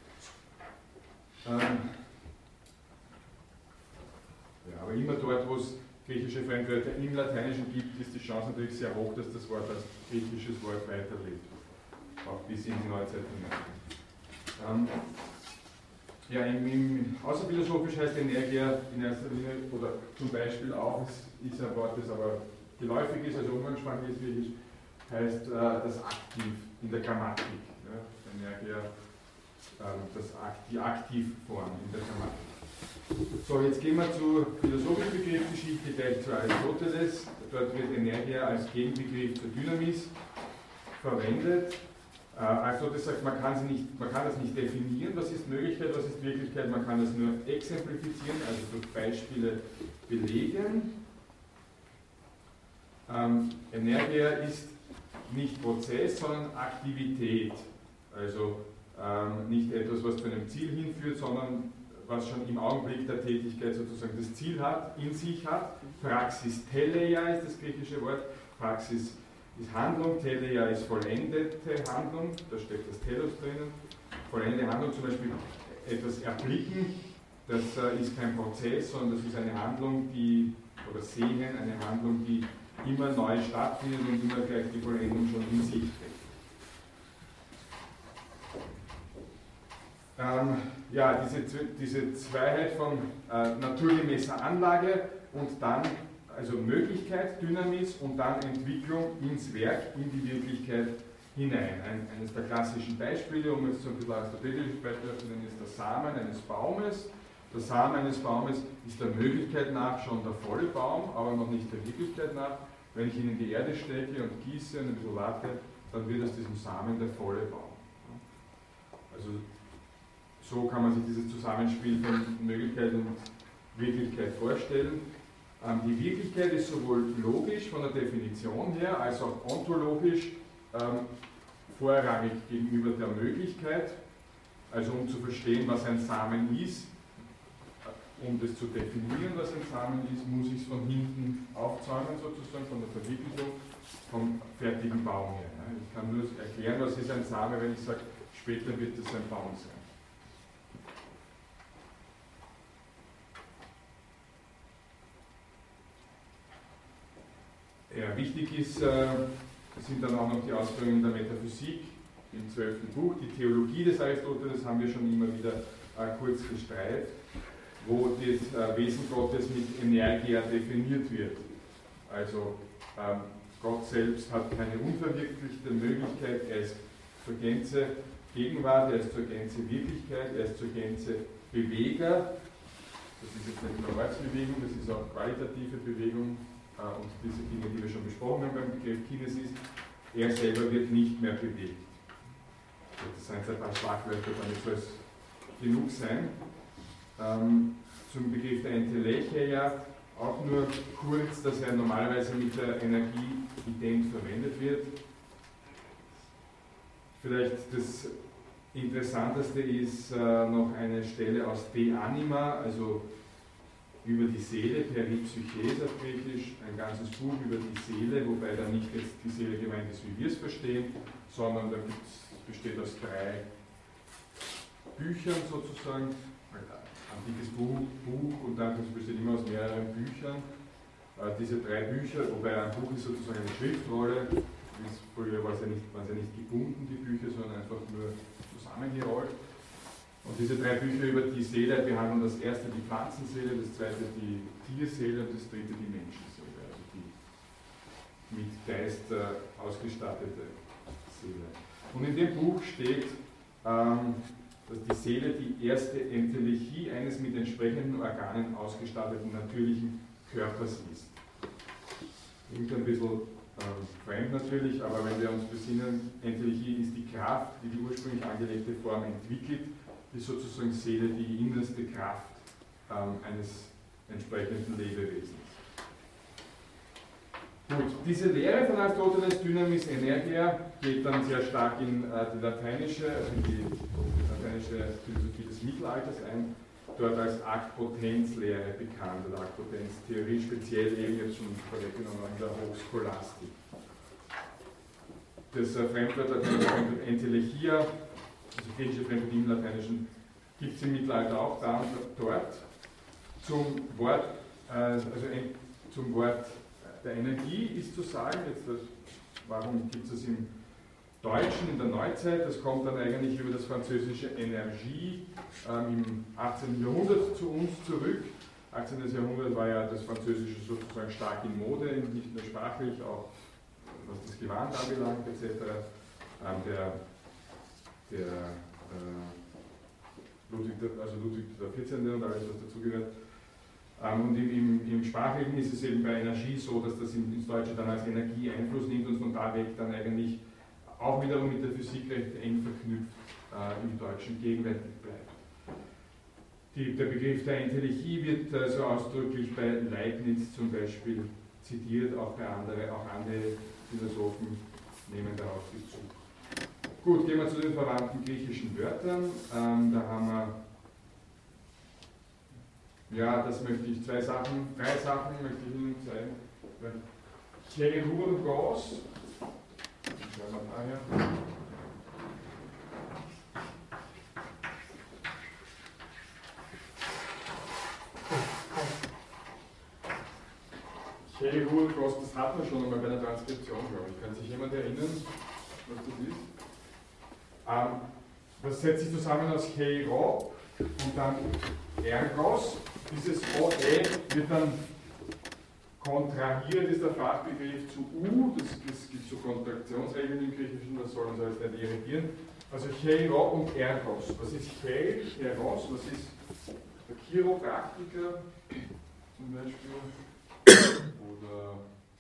Ja, aber immer dort, wo es griechische Fremdwörter im Lateinischen gibt, ist die Chance natürlich sehr hoch, dass das Wort als griechisches Wort weiterlebt. Auch bis in die Neuzeit hinein. Ja, im Außerphilosophisch heißt Energia in erster Linie, oder zum Beispiel auch, es ist ein Wort, das aber geläufig ist, also umgangssprachlich ist griechisch, heißt das Aktiv in der Grammatik. Ja, Energia, die Aktivform in der Grammatik. So, jetzt gehen wir zur philosophischen Begriffsgeschichte, gleich zu Aristoteles. Dort wird Energia als Gegenbegriff zur Dynamis verwendet. Aristoteles sagt, man kann das nicht definieren, was ist Möglichkeit, was ist Wirklichkeit, man kann das nur exemplifizieren, also durch Beispiele belegen. Energia ist nicht Prozess, sondern Aktivität. Also nicht etwas, was zu einem Ziel hinführt, sondern was schon im Augenblick der Tätigkeit sozusagen das Ziel hat, in sich hat. Praxis teleia ist das griechische Wort. Praxis ist Handlung, teleia ist vollendete Handlung, da steckt das Telos drinnen. Vollendete Handlung, zum Beispiel etwas erblicken, das ist kein Prozess, sondern das ist eine Handlung, oder sehen, eine Handlung, die immer neu stattfindet und immer gleich die Vollendung schon in sich trägt. Ja, diese Zweiheit von naturgemäßer Anlage und dann, also Möglichkeit, Dynamis und dann Entwicklung ins Werk, in die Wirklichkeit hinein. Eines der klassischen Beispiele, um jetzt so ein bisschen aristotelisches Beispiel zu nennen, ist der Samen eines Baumes. Der Samen eines Baumes ist der Möglichkeit nach schon der volle Baum, aber noch nicht der Wirklichkeit nach. Wenn ich ihn in die Erde stecke und gieße und ein bisschen warte, dann wird aus diesem Samen der volle Baum. Also so kann man sich dieses Zusammenspiel von Möglichkeit und Wirklichkeit vorstellen. Die Wirklichkeit ist sowohl logisch von der Definition her, als auch ontologisch vorrangig gegenüber der Möglichkeit. Also um zu verstehen, was ein Samen ist, um das zu definieren, was ein Samen ist, muss ich es von hinten aufzäumen, sozusagen, von der Verwicklung, vom fertigen Baum her. Ich kann nur erklären, was ist ein Same, wenn ich sage, später wird es ein Baum sein. Ja, wichtig ist, sind dann auch noch die Ausführungen der Metaphysik im 12. Buch. Die Theologie des Aristoteles haben wir schon immer wieder kurz gestreift, wo das Wesen Gottes mit Energia definiert wird. Also Gott selbst hat keine unverwirklichte Möglichkeit, er ist zur Gänze Gegenwart, er ist zur Gänze Wirklichkeit, er ist zur Gänze Beweger. Das ist jetzt nicht nur Ortsbewegung, das ist auch qualitative Bewegung und diese Dinge, die wir schon besprochen haben beim Begriff Kinesis. Er selber wird nicht mehr bewegt. Das sind ein paar Schlagwörter, damit soll es genug sein. Zum Begriff der Entelechia auch nur kurz, dass er normalerweise mit der Energie ident verwendet wird. Vielleicht das Interessanteste ist noch eine Stelle aus De Anima, also über die Seele, Peripsyches auf Griechisch, ein ganzes Buch über die Seele, wobei da nicht jetzt die Seele gemeint ist, wie wir es verstehen, sondern da besteht aus 3 Büchern sozusagen, ein antikes Buch und dann besteht immer aus mehreren Büchern. Diese 3 Bücher, wobei ein Buch ist sozusagen eine Schriftrolle, früher waren sie ja nicht gebunden, die Bücher, sondern einfach nur zusammengerollt. Und diese 3 Bücher über die Seele behandeln das erste die Pflanzenseele, das zweite die Tierseele und das dritte die Menschenseele, also die mit Geist ausgestattete Seele. Und in dem Buch steht, dass die Seele die erste Entelechie eines mit entsprechenden Organen ausgestatteten natürlichen Körpers ist. Klingt ein bisschen fremd natürlich, aber wenn wir uns besinnen, Entelechie ist die Kraft, die die ursprünglich angelegte Form entwickelt, ist sozusagen Seele die innerste Kraft eines entsprechenden Lebewesens. Gut, diese Lehre von Aristoteles, Dynamis Energia, geht dann sehr stark in die lateinische Philosophie des Mittelalters ein, dort als Aktpotenzlehre bekannt oder Aktpotenztheorie, speziell eben jetzt schon vorweggenommen in der Hochscholastik. Das Fremdwort Entelechia, also griechische Fremdwort im Lateinischen, gibt es im Mittelalter auch da und dort. Zum Wort der Energie ist zu sagen, warum gibt es das im Deutschen in der Neuzeit? Das kommt dann eigentlich über das französische Energie im 18. Jahrhundert zu uns zurück. 18. Jahrhundert war ja das Französische sozusagen stark in Mode, nicht nur sprachlich, auch was das Gewand anbelangt etc. Ludwig XIV. Und alles, was dazugehört. Und im Sprachlichen ist es eben bei Energie so, dass das ins Deutsche dann als Energie Einfluss nimmt und von da weg dann eigentlich auch wiederum mit der Physik recht eng verknüpft im Deutschen gegenwärtig bleibt. Der Begriff der Entelechie wird so ausdrücklich bei Leibniz zum Beispiel zitiert, auch andere Philosophen nehmen darauf Bezug. Gut, gehen wir zu den verwandten griechischen Wörtern. Da haben wir, das möchte ich, 3 Sachen möchte ich Ihnen zeigen. Cheirourgos, schauen wir daher. Cheirourgos, das hat man schon einmal bei der Transkription, glaube ich. Kann sich jemand erinnern, was das ist? Das setzt sich zusammen aus Cheiro und dann Ergos. Dieses OE wird dann kontrahiert, ist der Fachbegriff zu U. Das gibt so Kontraktionsregeln im Griechischen, das soll uns jetzt nicht irritieren. Also Cheiro und Ergos. Was ist Cheiros? Was ist der Chiropraktiker zum Beispiel? Oder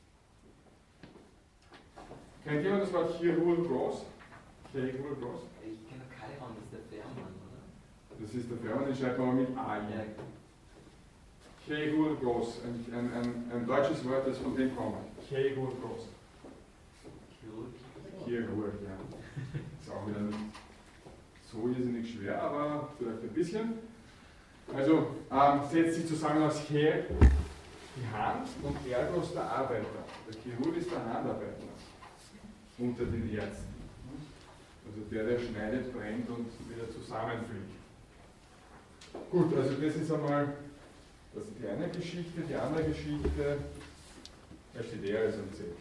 kennt jemand das Wort Chirurgos? Chirurgos? Ich kenne keine Ahnung, das ist der Fährmann, oder? Das ist der Fährmann, den schreibt man mit AI. Chirurgos, ein deutsches Wort, das von dem kommt. Chirurgos. Chirurg, ja. Ist auch wieder nicht so irrsinnig schwer, aber vielleicht ein bisschen. Also setzt sich zusammen aus Her, die Hand, und Ergos, der Arbeiter. Der Chirurg ist der Handarbeiter unter den Ärzten. Also der schneidet, brennt und wieder zusammenfügt. Gut, also das ist einmal die eine Geschichte. Die andere Geschichte, da steht er als ein Zettel.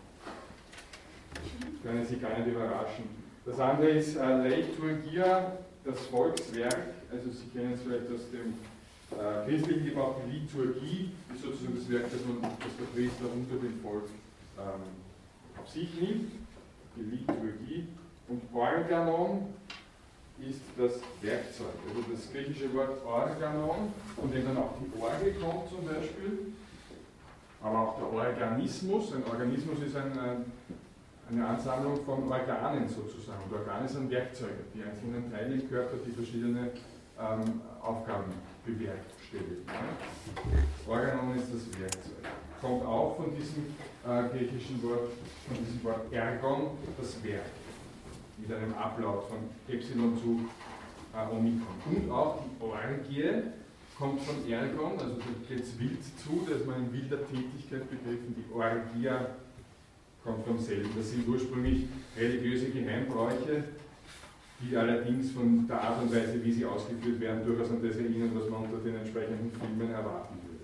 Das können Sie gar nicht überraschen. Das andere ist Liturgia, das Volkswerk. Also Sie kennen es vielleicht aus dem christlichen Gebrauch, die Liturgie, ist sozusagen das Werk, das der Priester unter dem Volk auf sich nimmt. Die Liturgie. Und Organon ist das Werkzeug. Also das griechische Wort Organon, von dem dann auch die Orgel kommt zum Beispiel. Aber auch der Organismus. Ein Organismus ist eine Ansammlung von Organen sozusagen. Und Organe sind Werkzeuge, die einzelnen Teile im Körper, die verschiedene Aufgaben bewerkstelligen. Organon ist das Werkzeug. Kommt auch von diesem griechischen Wort, von diesem Wort Ergon, das Werk. Mit einem Ablaut von Epsilon zu Omikron. Und auch die Orgie kommt von Ergon, also da geht es wild zu, da ist man in wilder Tätigkeit begriffen. Die Orgia kommt vom selben. Das sind ursprünglich religiöse Geheimbräuche, die allerdings von der Art und Weise, wie sie ausgeführt werden, durchaus an das erinnern, was man unter den entsprechenden Filmen erwarten würde.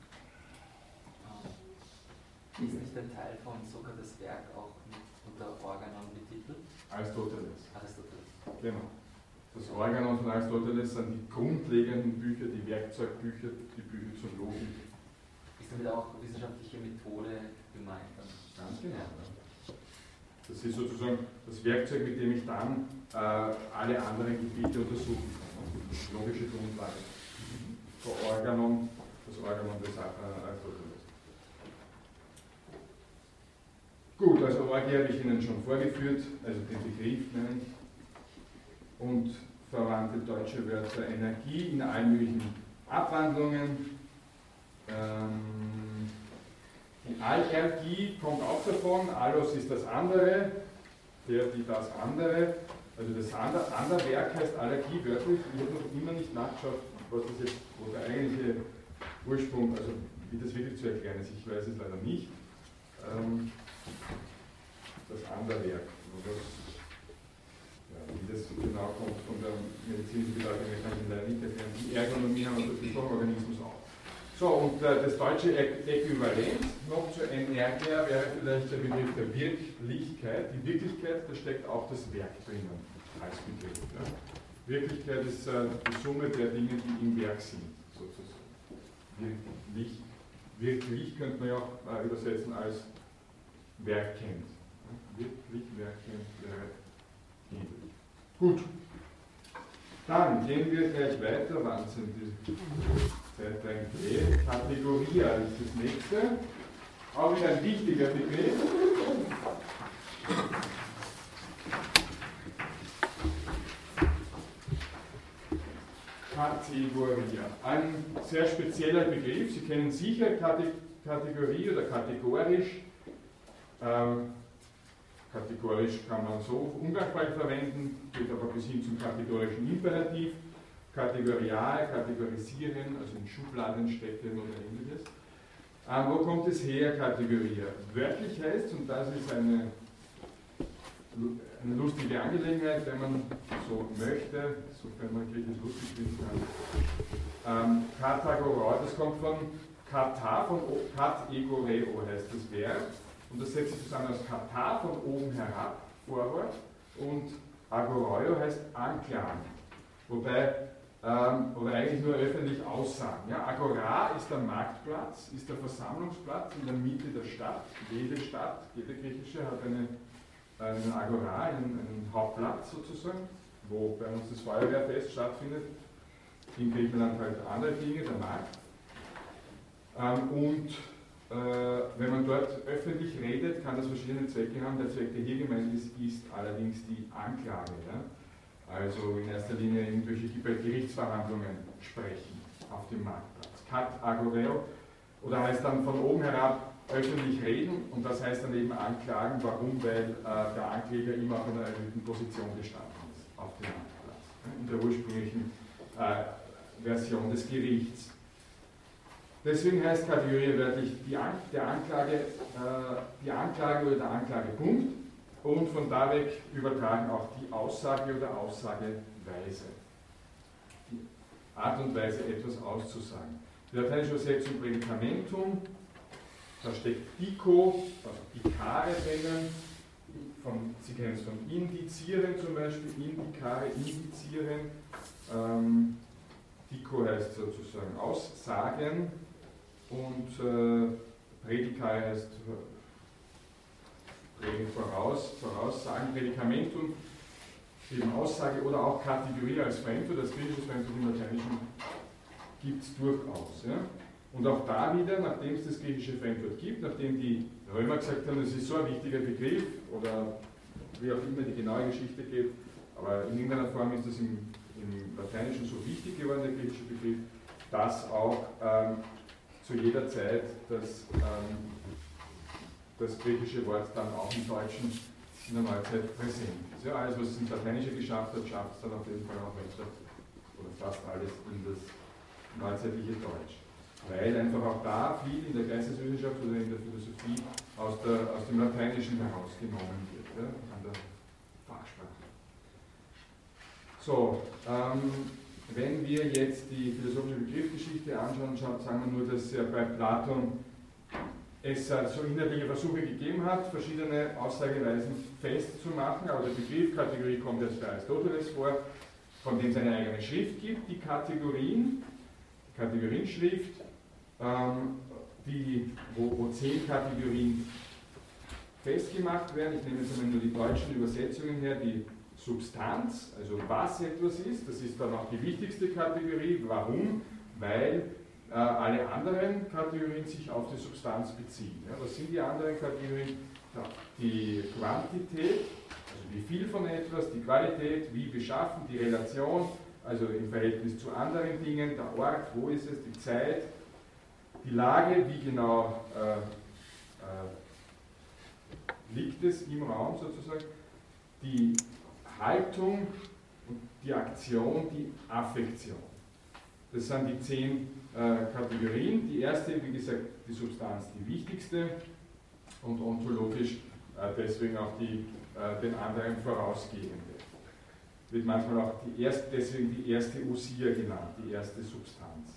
Ist nicht ein Teil von sogar das Werk auch unter Organon betitelt? Aristoteles. Aristoteles. Genau. Das Organon von Aristoteles sind die grundlegenden Bücher, die Werkzeugbücher, die Bücher zur Logik. Ist damit auch wissenschaftliche Methode gemeint? Ganz genau. Ja. Das ist sozusagen das Werkzeug, mit dem ich dann alle anderen Gebiete untersuchen kann. Die logische Grundlage. Das Organon des Aristoteles. Gut, also Orgie habe ich Ihnen schon vorgeführt, also den Begriff nenne ich. Und verwandte deutsche Wörter Energie in allen möglichen Abwandlungen. Die Allergie kommt auch davon, Allos ist das andere, das andere. Also das Anderwerk heißt Allergie wörtlich. Ich habe noch immer nicht nachgeschaut, was das jetzt, wo der eigentliche Ursprung, also wie das wirklich zu erklären ist. Ich weiß es leider nicht. Das Anderwerk. Wie das genau kommt von der medizinischen Bedeutung, kann ich leider nicht erklären. Die Ergonomie haben wir besprochen, Organismus auch. So, und das deutsche Äquivalent noch zur Energia wäre vielleicht der Begriff der Wirklichkeit. Die Wirklichkeit, da steckt auch das Werk drinnen als Begriff. Ja. Wirklichkeit ist die Summe der Dinge, die im Werk sind, sozusagen. Wirklich könnte man ja auch übersetzen als werkend. Wirklich werkend wäre ähnlich. Gut. Dann gehen wir gleich weiter. Wann sind die Zeit eigentlich? Kategoria ist das nächste. Auch wieder ein wichtiger Begriff. Kategoria. Ein sehr spezieller Begriff. Sie kennen sicher Kategorie oder kategorisch. Kategorisch kann man so umgangssprachlich verwenden, geht aber bis hin zum kategorischen Imperativ. Kategorial, kategorisieren, also in Schubladen stecken oder ähnliches. Wo kommt es her, Kategorie? Wörtlich heißt, und das ist eine lustige Angelegenheit, wenn man so möchte, sofern man griechisch lustig finden kann. Katagoroi, das kommt von Kata, von Kategoreo heißt das Verb. Und das setzt sich zusammen aus Kata, von oben herab, Vorwort, und Agoroio heißt Anklagen. Wobei, oder eigentlich nur öffentlich aussagen. Ja, Agora ist der Marktplatz, ist der Versammlungsplatz in der Mitte der Stadt. Jede Stadt, jede griechische hat einen Agora, einen Hauptplatz sozusagen, wo bei uns das Feuerwehrfest stattfindet. In Griechenland halt andere Dinge, der Markt. Wenn man dort öffentlich redet, kann das verschiedene Zwecke haben. Der Zweck, der hier gemeint ist, ist allerdings die Anklage. Ja? Also in erster Linie irgendwelche Gerichtsverhandlungen sprechen auf dem Marktplatz. Kat agoreo, oder heißt dann von oben herab öffentlich reden, und das heißt dann eben anklagen. Warum? Weil der Ankläger immer auf einer erhöhten Position gestanden ist auf dem Marktplatz. In der ursprünglichen Version des Gerichts. Deswegen heißt Kategorie wörtlich die Anklage oder der Anklagepunkt und von da weg übertragen auch die Aussage oder Aussageweise. Die Art und Weise, etwas auszusagen. Die lateinische Übersetzung Prädikamentum, da steckt dico, also dicare drinnen. Sie kennen es von indizieren zum Beispiel, indicare, indizieren. Dico heißt sozusagen aussagen und Prädikare heißt voraussagen, Prädikamentum, eben Aussage oder auch Kategorie als Fremdwort, als griechisches Fremdwort im Lateinischen gibt es durchaus. Ja? Und auch da wieder, nachdem es das griechische Fremdwort gibt, nachdem die Römer gesagt haben, das ist so ein wichtiger Begriff oder wie auch immer die genaue Geschichte geht, aber in irgendeiner Form ist das im Lateinischen so wichtig geworden, der griechische Begriff, dass auch zu jeder Zeit das griechische Wort dann auch im Deutschen in der Neuzeit präsent ist. Ja, alles, was es ins Lateinische geschafft hat, schafft es dann auf jeden Fall auch weiter, oder fast alles in das neuzeitliche Deutsch. Weil einfach auch da viel in der Geisteswissenschaft oder in der Philosophie aus dem Lateinischen herausgenommen wird, ja, an der Fachsprache. So, wenn wir jetzt die philosophische Begriffsgeschichte anschauen, sagen wir nur, dass ja bei Platon es so inhaltliche Versuche gegeben hat, verschiedene Aussageweisen festzumachen, aber der Begriff Kategorie kommt erst bei Aristoteles vor, von dem es eine eigene Schrift gibt, die Kategorienschrift, wo 10 Kategorien festgemacht werden. Ich nehme jetzt einmal nur die deutschen Übersetzungen her, die Substanz, also was etwas ist, das ist dann auch die wichtigste Kategorie. Warum? Weil alle anderen Kategorien sich auf die Substanz beziehen. Ja, was sind die anderen Kategorien? Ja, die Quantität, also wie viel von etwas, die Qualität, wie beschaffen, die Relation, also im Verhältnis zu anderen Dingen, der Ort, wo ist es, die Zeit, die Lage, wie genau liegt es im Raum sozusagen, die Haltung und die Aktion, die Affektion. Das sind die 10 Kategorien. Die erste, wie gesagt, die Substanz, die wichtigste und ontologisch deswegen auch den anderen vorausgehende. Wird manchmal auch deswegen die erste Ousia genannt, die erste Substanz.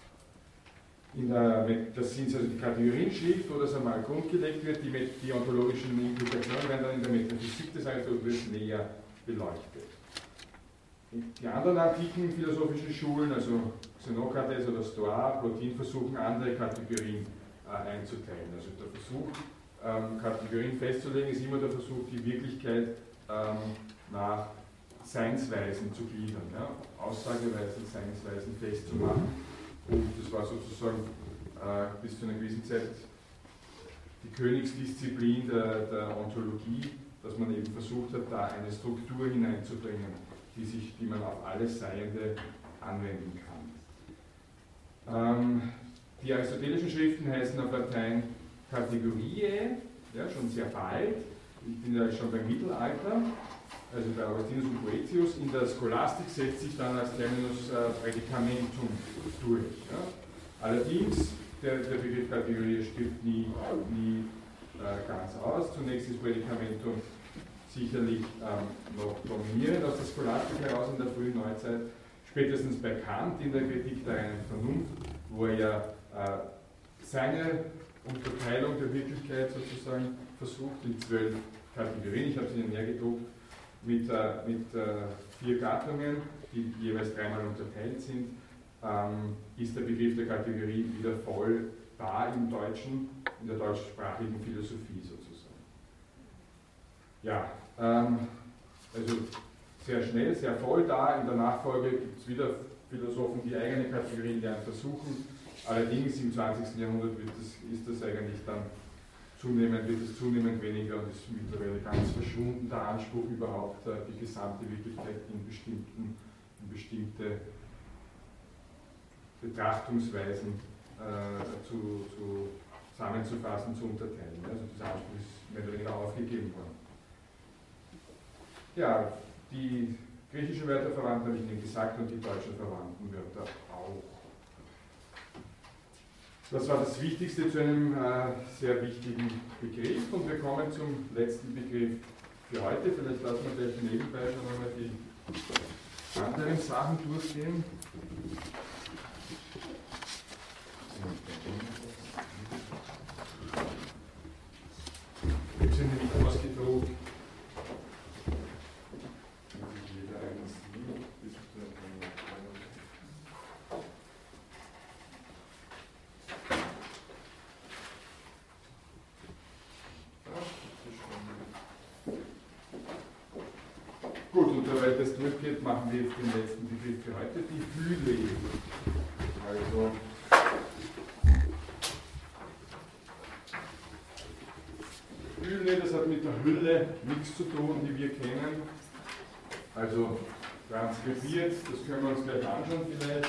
Das sind also die Kategorienschrift, wo das einmal grundgelegt wird, die ontologischen Implikationen werden dann in der Metaphysik des Aristoteles näher beleuchtet. Die anderen antiken philosophischen Schulen, also Xenokrates oder Stoa, Plotin, versuchen andere Kategorien einzuteilen. Also der Versuch, Kategorien festzulegen, ist immer der Versuch, die Wirklichkeit nach Seinsweisen zu gliedern, ja? Aussageweisen, Seinsweisen festzumachen. Und das war sozusagen bis zu einer gewissen Zeit die Königsdisziplin der Ontologie, dass man eben versucht hat, da eine Struktur hineinzubringen, die man auf alles Seiende anwenden kann. Die aristotelischen Schriften heißen auf Latein Kategoriae, ja, schon sehr bald. Ich bin ja schon beim Mittelalter, also bei Augustinus und Boetius. In der Scholastik setzt sich dann als Terminus Prädikamentum durch. Ja. Allerdings, der Begriff Kategorie stirbt nie ganz aus. Zunächst ist Prädikamentum sicherlich noch dominierend aus der Scholastik heraus in der frühen Neuzeit, spätestens bei Kant in der Kritik der reinen Vernunft, wo er ja seine Unterteilung der Wirklichkeit sozusagen versucht in 12 Kategorien, ich habe sie Ihnen hergedruckt, mit 4 Gattungen, die jeweils 3-mal unterteilt sind, ist der Begriff der Kategorie wieder voll da im Deutschen, in der deutschsprachigen Philosophie sozusagen. Ja, also sehr schnell, sehr voll da. In der Nachfolge gibt es wieder Philosophen, die eigene Kategorien lernen versuchen. Allerdings im 20. Jahrhundert wird es zunehmend weniger und ist mittlerweile ganz verschwunden, der Anspruch überhaupt, die gesamte Wirklichkeit in bestimmte Betrachtungsweisen zusammenzufassen, zu unterteilen. Also dieser Anspruch ist mehr oder weniger aufgegeben worden. Ja, die griechischen Wörter verwandt habe ich Ihnen gesagt und die deutschen verwandten Wörter Das war das Wichtigste zu einem sehr wichtigen Begriff und wir kommen zum letzten Begriff für heute. Vielleicht lassen wir gleich nebenbei schon einmal die anderen Sachen durchgehen. Wir sind nämlich ausgedruckt. Gut, und soweit das durchgeht, machen wir jetzt den letzten Begriff für heute, die Hülle. Also, Hülle, das hat mit der Hülle nichts zu tun, die wir kennen. Also transkribiert, das können wir uns gleich anschauen vielleicht.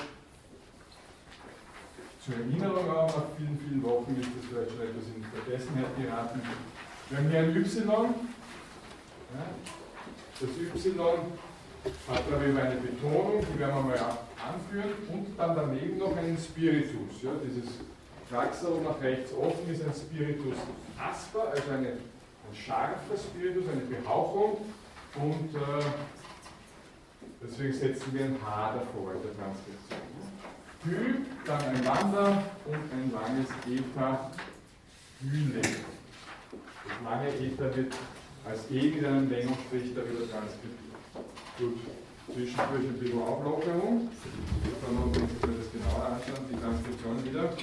Zur Erinnerung auch, nach vielen, vielen Wochen ist das vielleicht schon etwas in Vergessenheit geraten. Wir haben hier ein Y. Ja. Das Y hat darüber eine Betonung, die werden wir mal anführen, und dann daneben noch einen Spiritus. Ja, dieses Kraxel nach rechts offen ist ein Spiritus asper, also ein scharfer Spiritus, eine Behauchung, und deswegen setzen wir ein H davor in der Transkription. Hü, dann ein Lambda und ein langes Eta Hüle. Das lange Eta wird als E mit einem Längungsstrich darüber transkribiert. Gut, zwischendurch ein bisschen Auflockerung. Dann wollen wir uns das genauer anschauen, die Transkription wieder.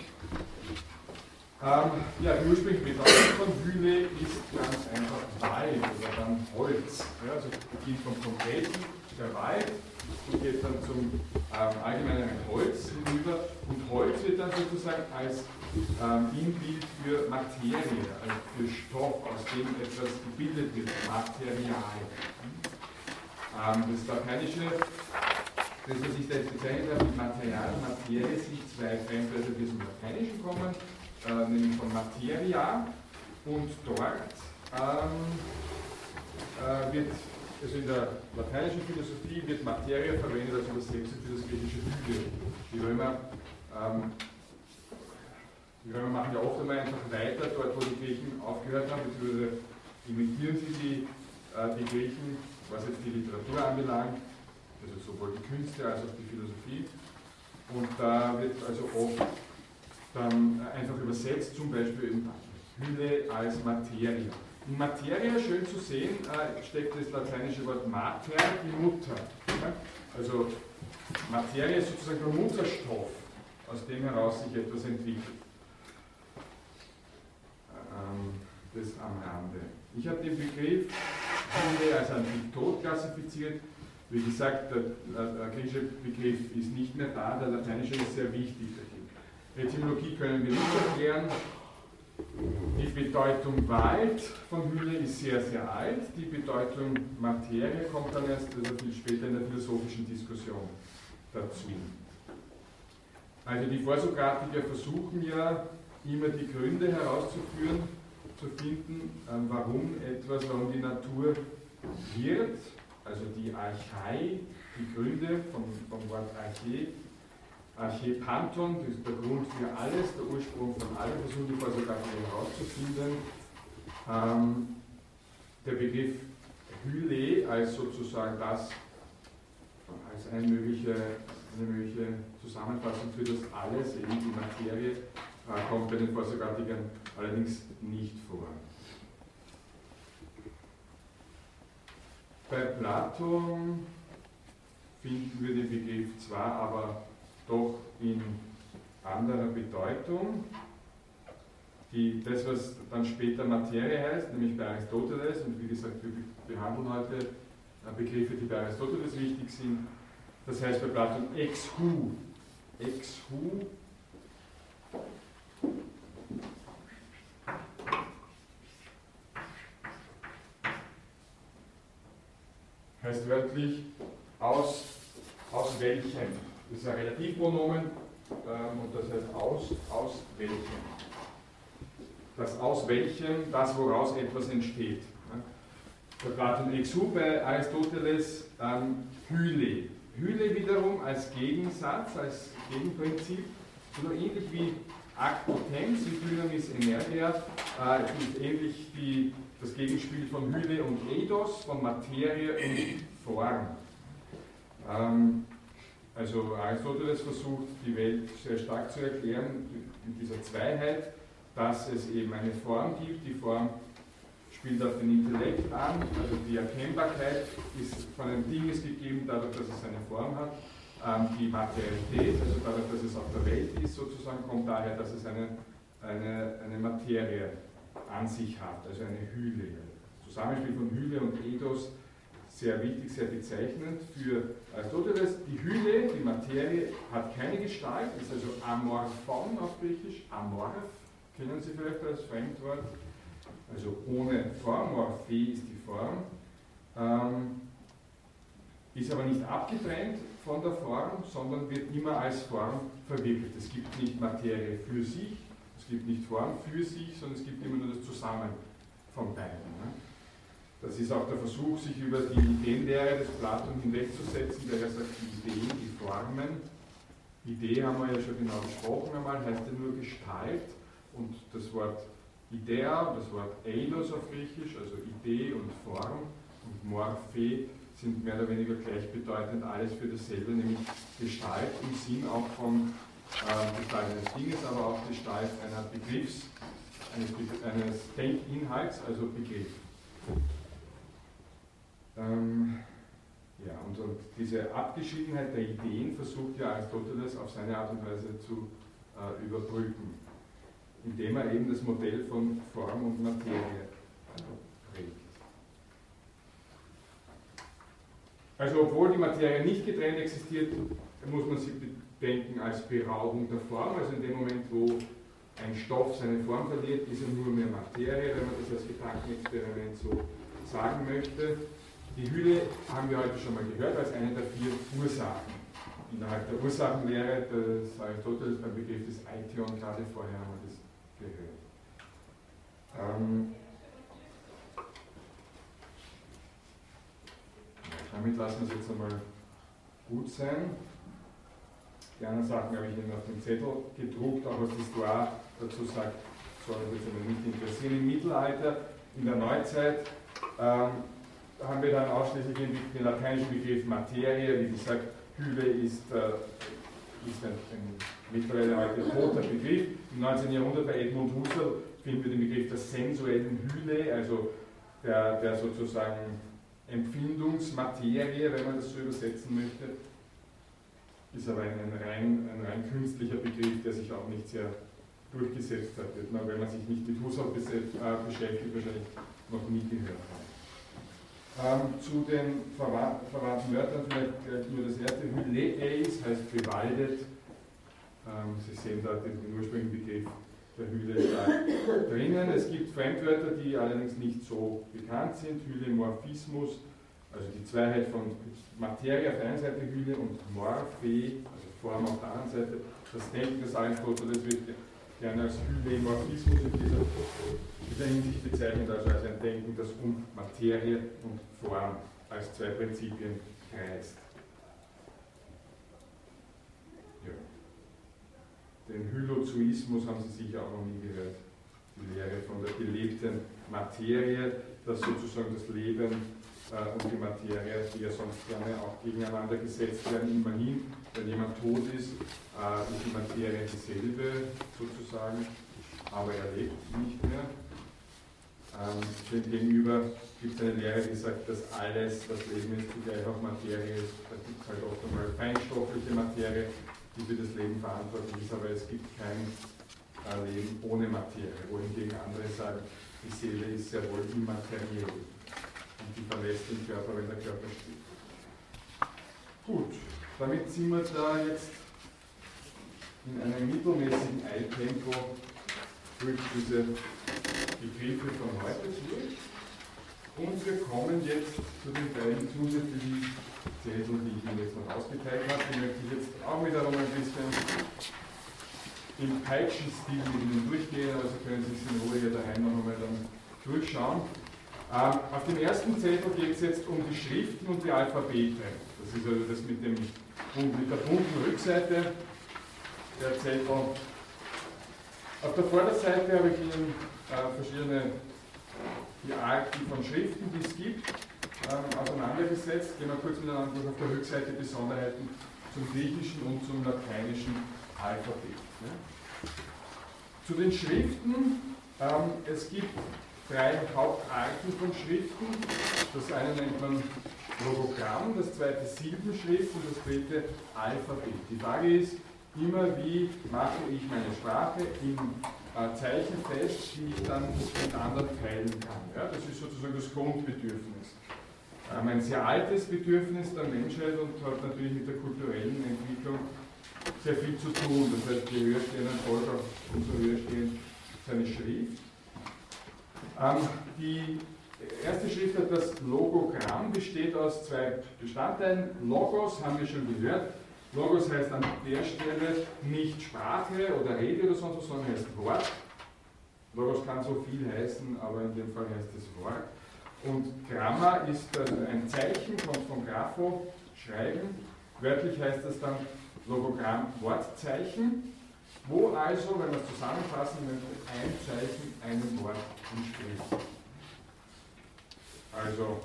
Ja, die ursprüngliche Bedeutung von Hüle ist ganz einfach Wald oder dann Holz. Ja, also beginnt vom Konkreten, der Wald, und geht dann zum allgemeinen Holz hinüber. Und Holz wird dann sozusagen als Inbild für Materie, also für Stoff, aus dem etwas gebildet wird, Material. Das Lateinische, das was ich da jetzt bezeichnet habe, mit Material und Materie, sind zwei Fremdwörter, die aus dem Lateinischen kommen, nämlich von Materia, und dort wird, also in der lateinischen Philosophie wird Materia verwendet als Übersetzung für das griechische Hülle. Die Römer machen ja oft einmal einfach weiter, dort wo die Griechen aufgehört haben, beziehungsweise imitieren sie die Griechen, was jetzt die Literatur anbelangt, also sowohl die Künste als auch die Philosophie. Und da wird also oft dann einfach übersetzt, zum Beispiel in Hülle als Materia. In Materia, schön zu sehen, steckt das lateinische Wort Mater, die Mutter. Ja? Also Materia ist sozusagen der Mutterstoff, aus dem heraus sich etwas entwickelt. Das am Rande. Ich habe den Begriff Hülle als Antiktot klassifiziert. Wie gesagt, der griechische Begriff ist nicht mehr da, der lateinische ist sehr wichtig. Etymologie können wir nicht erklären. Die Bedeutung Wald von Hülle ist sehr, sehr alt. Die Bedeutung Materie kommt dann erst viel später in der philosophischen Diskussion dazu. Also die Vorsokratiker versuchen ja immer die Gründe herauszuführen, zu finden, warum die Natur wird, also die Archai, die Gründe vom Wort Arche, Archepanton, das ist der Grund für alles, der Ursprung von allem, versuchen die Vorsokratiker herauszufinden. Der Begriff Hülle als sozusagen das, als eine mögliche Zusammenfassung für das Alles, eben die Materie, kommt bei den Vorsokratikern allerdings nicht vor. Bei Platon finden wir den Begriff zwar, aber doch in anderer Bedeutung. Das, was dann später Materie heißt, nämlich bei Aristoteles, und wie gesagt, wir behandeln heute Begriffe, die bei Aristoteles wichtig sind, das heißt bei Platon ex-hu. Ex-hu heißt wörtlich aus welchem. Das ist ein Relativpronomen und das heißt aus welchem. Das aus welchem, das woraus etwas entsteht. Bei Platon ex-hu, bei Aristoteles Hülle. Hülle wiederum als Gegensatz, als Gegenprinzip, so ähnlich wie Act-Potens in Dynamis Energia ist ähnlich das Gegenspiel von Hyle und Eidos, von Materie und Form. Also Aristoteles versucht, die Welt sehr stark zu erklären in dieser Zweiheit, dass es eben eine Form gibt. Die Form spielt auf den Intellekt an, also die Erkennbarkeit ist von einem Ding ist gegeben, dadurch, dass es eine Form hat. Die Materialität, also dadurch, dass es auf der Welt ist, sozusagen, kommt daher, dass es eine Materie an sich hat, also eine Hyle. Das Zusammenspiel von Hyle und Eidos, sehr wichtig, sehr bezeichnend für Aristoteles. Die Hyle, die Materie, hat keine Gestalt, ist also amorphon auf Griechisch, amorph, kennen Sie vielleicht als Fremdwort, also ohne Form, morphe ist die Form, ist aber nicht abgetrennt von der Form, sondern wird immer als Form verwirklicht. Es gibt nicht Materie für sich, es gibt nicht Form für sich, sondern es gibt immer nur das Zusammen von beiden. Ne? Das ist auch der Versuch, sich über die Ideenlehre des Platon hinwegzusetzen, der ja sagt, die Ideen, die Formen. Idee haben wir ja schon genau besprochen einmal, heißt ja nur Gestalt, und das Wort Idea, das Wort Eidos auf Griechisch, also Idee und Form und Morphe, sind mehr oder weniger gleichbedeutend, alles für dasselbe, nämlich Gestalt im Sinn auch von Gestalt eines Dinges, aber auch Gestalt einer eines Denkinhalts, also Begriff. Ja, und diese Abgeschiedenheit der Ideen versucht ja Aristoteles auf seine Art und Weise zu überbrücken, indem er eben das Modell von Form und Materie prägt. Also obwohl die Materie nicht getrennt existiert, muss man sie bedenken als Beraubung der Form. Also in dem Moment, wo ein Stoff seine Form verliert, ist er nur mehr Materie, wenn man das als Gedankenexperiment so sagen möchte. Die Hyle haben wir heute schon mal gehört als eine der 4 Ursachen. Innerhalb der Ursachenlehre des Aristoteles beim Begriff des Aitheon, gerade vorher haben wir das gehört. Damit lassen wir es jetzt einmal gut sein. Die anderen Sachen habe ich Ihnen auf dem Zettel gedruckt, auch was das Histoire dazu sagt, soll uns jetzt aber nicht interessieren. Im Mittelalter, in der Neuzeit, haben wir dann ausschließlich den lateinischen Begriff Materie. Wie gesagt, Hyle ist ein mittlerweile heute toter Begriff. Im 19. Jahrhundert bei Edmund Husserl finden wir den Begriff der sensuellen Hyle, also der sozusagen Empfindungsmaterie, wenn man das so übersetzen möchte, ist aber ein rein künstlicher Begriff, der sich auch nicht sehr durchgesetzt hat, wenn man sich nicht mit Husserl beschäftigt, wahrscheinlich noch nie gehört hat. Zu den verwandten Wörtern vielleicht nur das erste, Hyleeis heißt bewaldet. Sie sehen da den ursprünglichen Begriff der Hyle da drinnen. Es gibt Fremdwörter, die allerdings nicht so bekannt sind. Hylemorphismus, also die Zweiheit von Materie auf der einen Seite, Hyle, und Morphe, also Form auf der anderen Seite. Das Denken des Aristoteles wird gerne als Hylemorphismus in dieser Hinsicht bezeichnet, also als ein Denken, das um Materie und Form als 2 Prinzipien kreist. Ja. Den Hylozoismus haben Sie sicher auch noch nie gehört. Die Lehre von der gelebten Materie, dass sozusagen das Leben und die Materie, die ja sonst gerne auch gegeneinander gesetzt werden, immerhin, wenn jemand tot ist die Materie dieselbe sozusagen, aber er lebt nicht mehr. Demgegenüber gibt es eine Lehre, die sagt, dass alles, was Leben ist, zugleich auch Materie ist. Da gibt es halt oft einmal feinstoffliche Materie, die für das Leben verantwortlich ist, aber es gibt kein Leben ohne Materie, wohingegen andere sagen, die Seele ist sehr wohl immateriell und die verlässt den Körper, wenn der Körper stirbt. Gut, damit sind wir da jetzt in einem mittelmäßigen Eiltempo durch diese Begriffe von heute durch. Und wir kommen jetzt zu den beiden zusätzlichen Zetteln, die ich Ihnen jetzt noch ausgeteilt habe. Die möchte ich jetzt auch wiederum ein bisschen im Peitschenstil mit Ihnen durchgehen, also können Sie es in Ruhe hier daheim noch einmal dann durchschauen. Auf dem ersten Zettel geht es jetzt um die Schriften und die Alphabete. Das ist also das mit der bunten Rückseite der Zettel. Auf der Vorderseite habe ich Ihnen verschiedene die Arten von Schriften, die es gibt, auseinandergesetzt. Gehen wir kurz miteinander durch. Auf der Rückseite Besonderheiten zum griechischen und zum lateinischen Alphabet. Ne? Zu den Schriften, es gibt 3 Hauptarten von Schriften. Das eine nennt man Logogramm, das zweite Silbenschrift und das dritte Alphabet. Die Frage ist immer, wie mache ich meine Sprache in Zeichen fest, die ich dann mit anderen teilen kann. Ja, das ist sozusagen das Grundbedürfnis. Ein sehr altes Bedürfnis der Menschheit und hat natürlich mit der kulturellen Entwicklung sehr viel zu tun. Das heißt, je höher stehen ein Volk, umso höher stehen seine Schrift. Die erste Schrift hat das Logogramm, besteht aus 2 Bestandteilen. Logos haben wir schon gehört. Logos heißt an der Stelle nicht Sprache oder Rede oder sonst was, sondern heißt Wort. Logos kann so viel heißen, aber in dem Fall heißt es Wort. Und Gramma ist also ein Zeichen, kommt von Grapho, schreiben. Wörtlich heißt das dann Logogramm, Wortzeichen, wo also, wenn man es zusammenfassen möchte, ein Zeichen einem Wort entspricht. Also,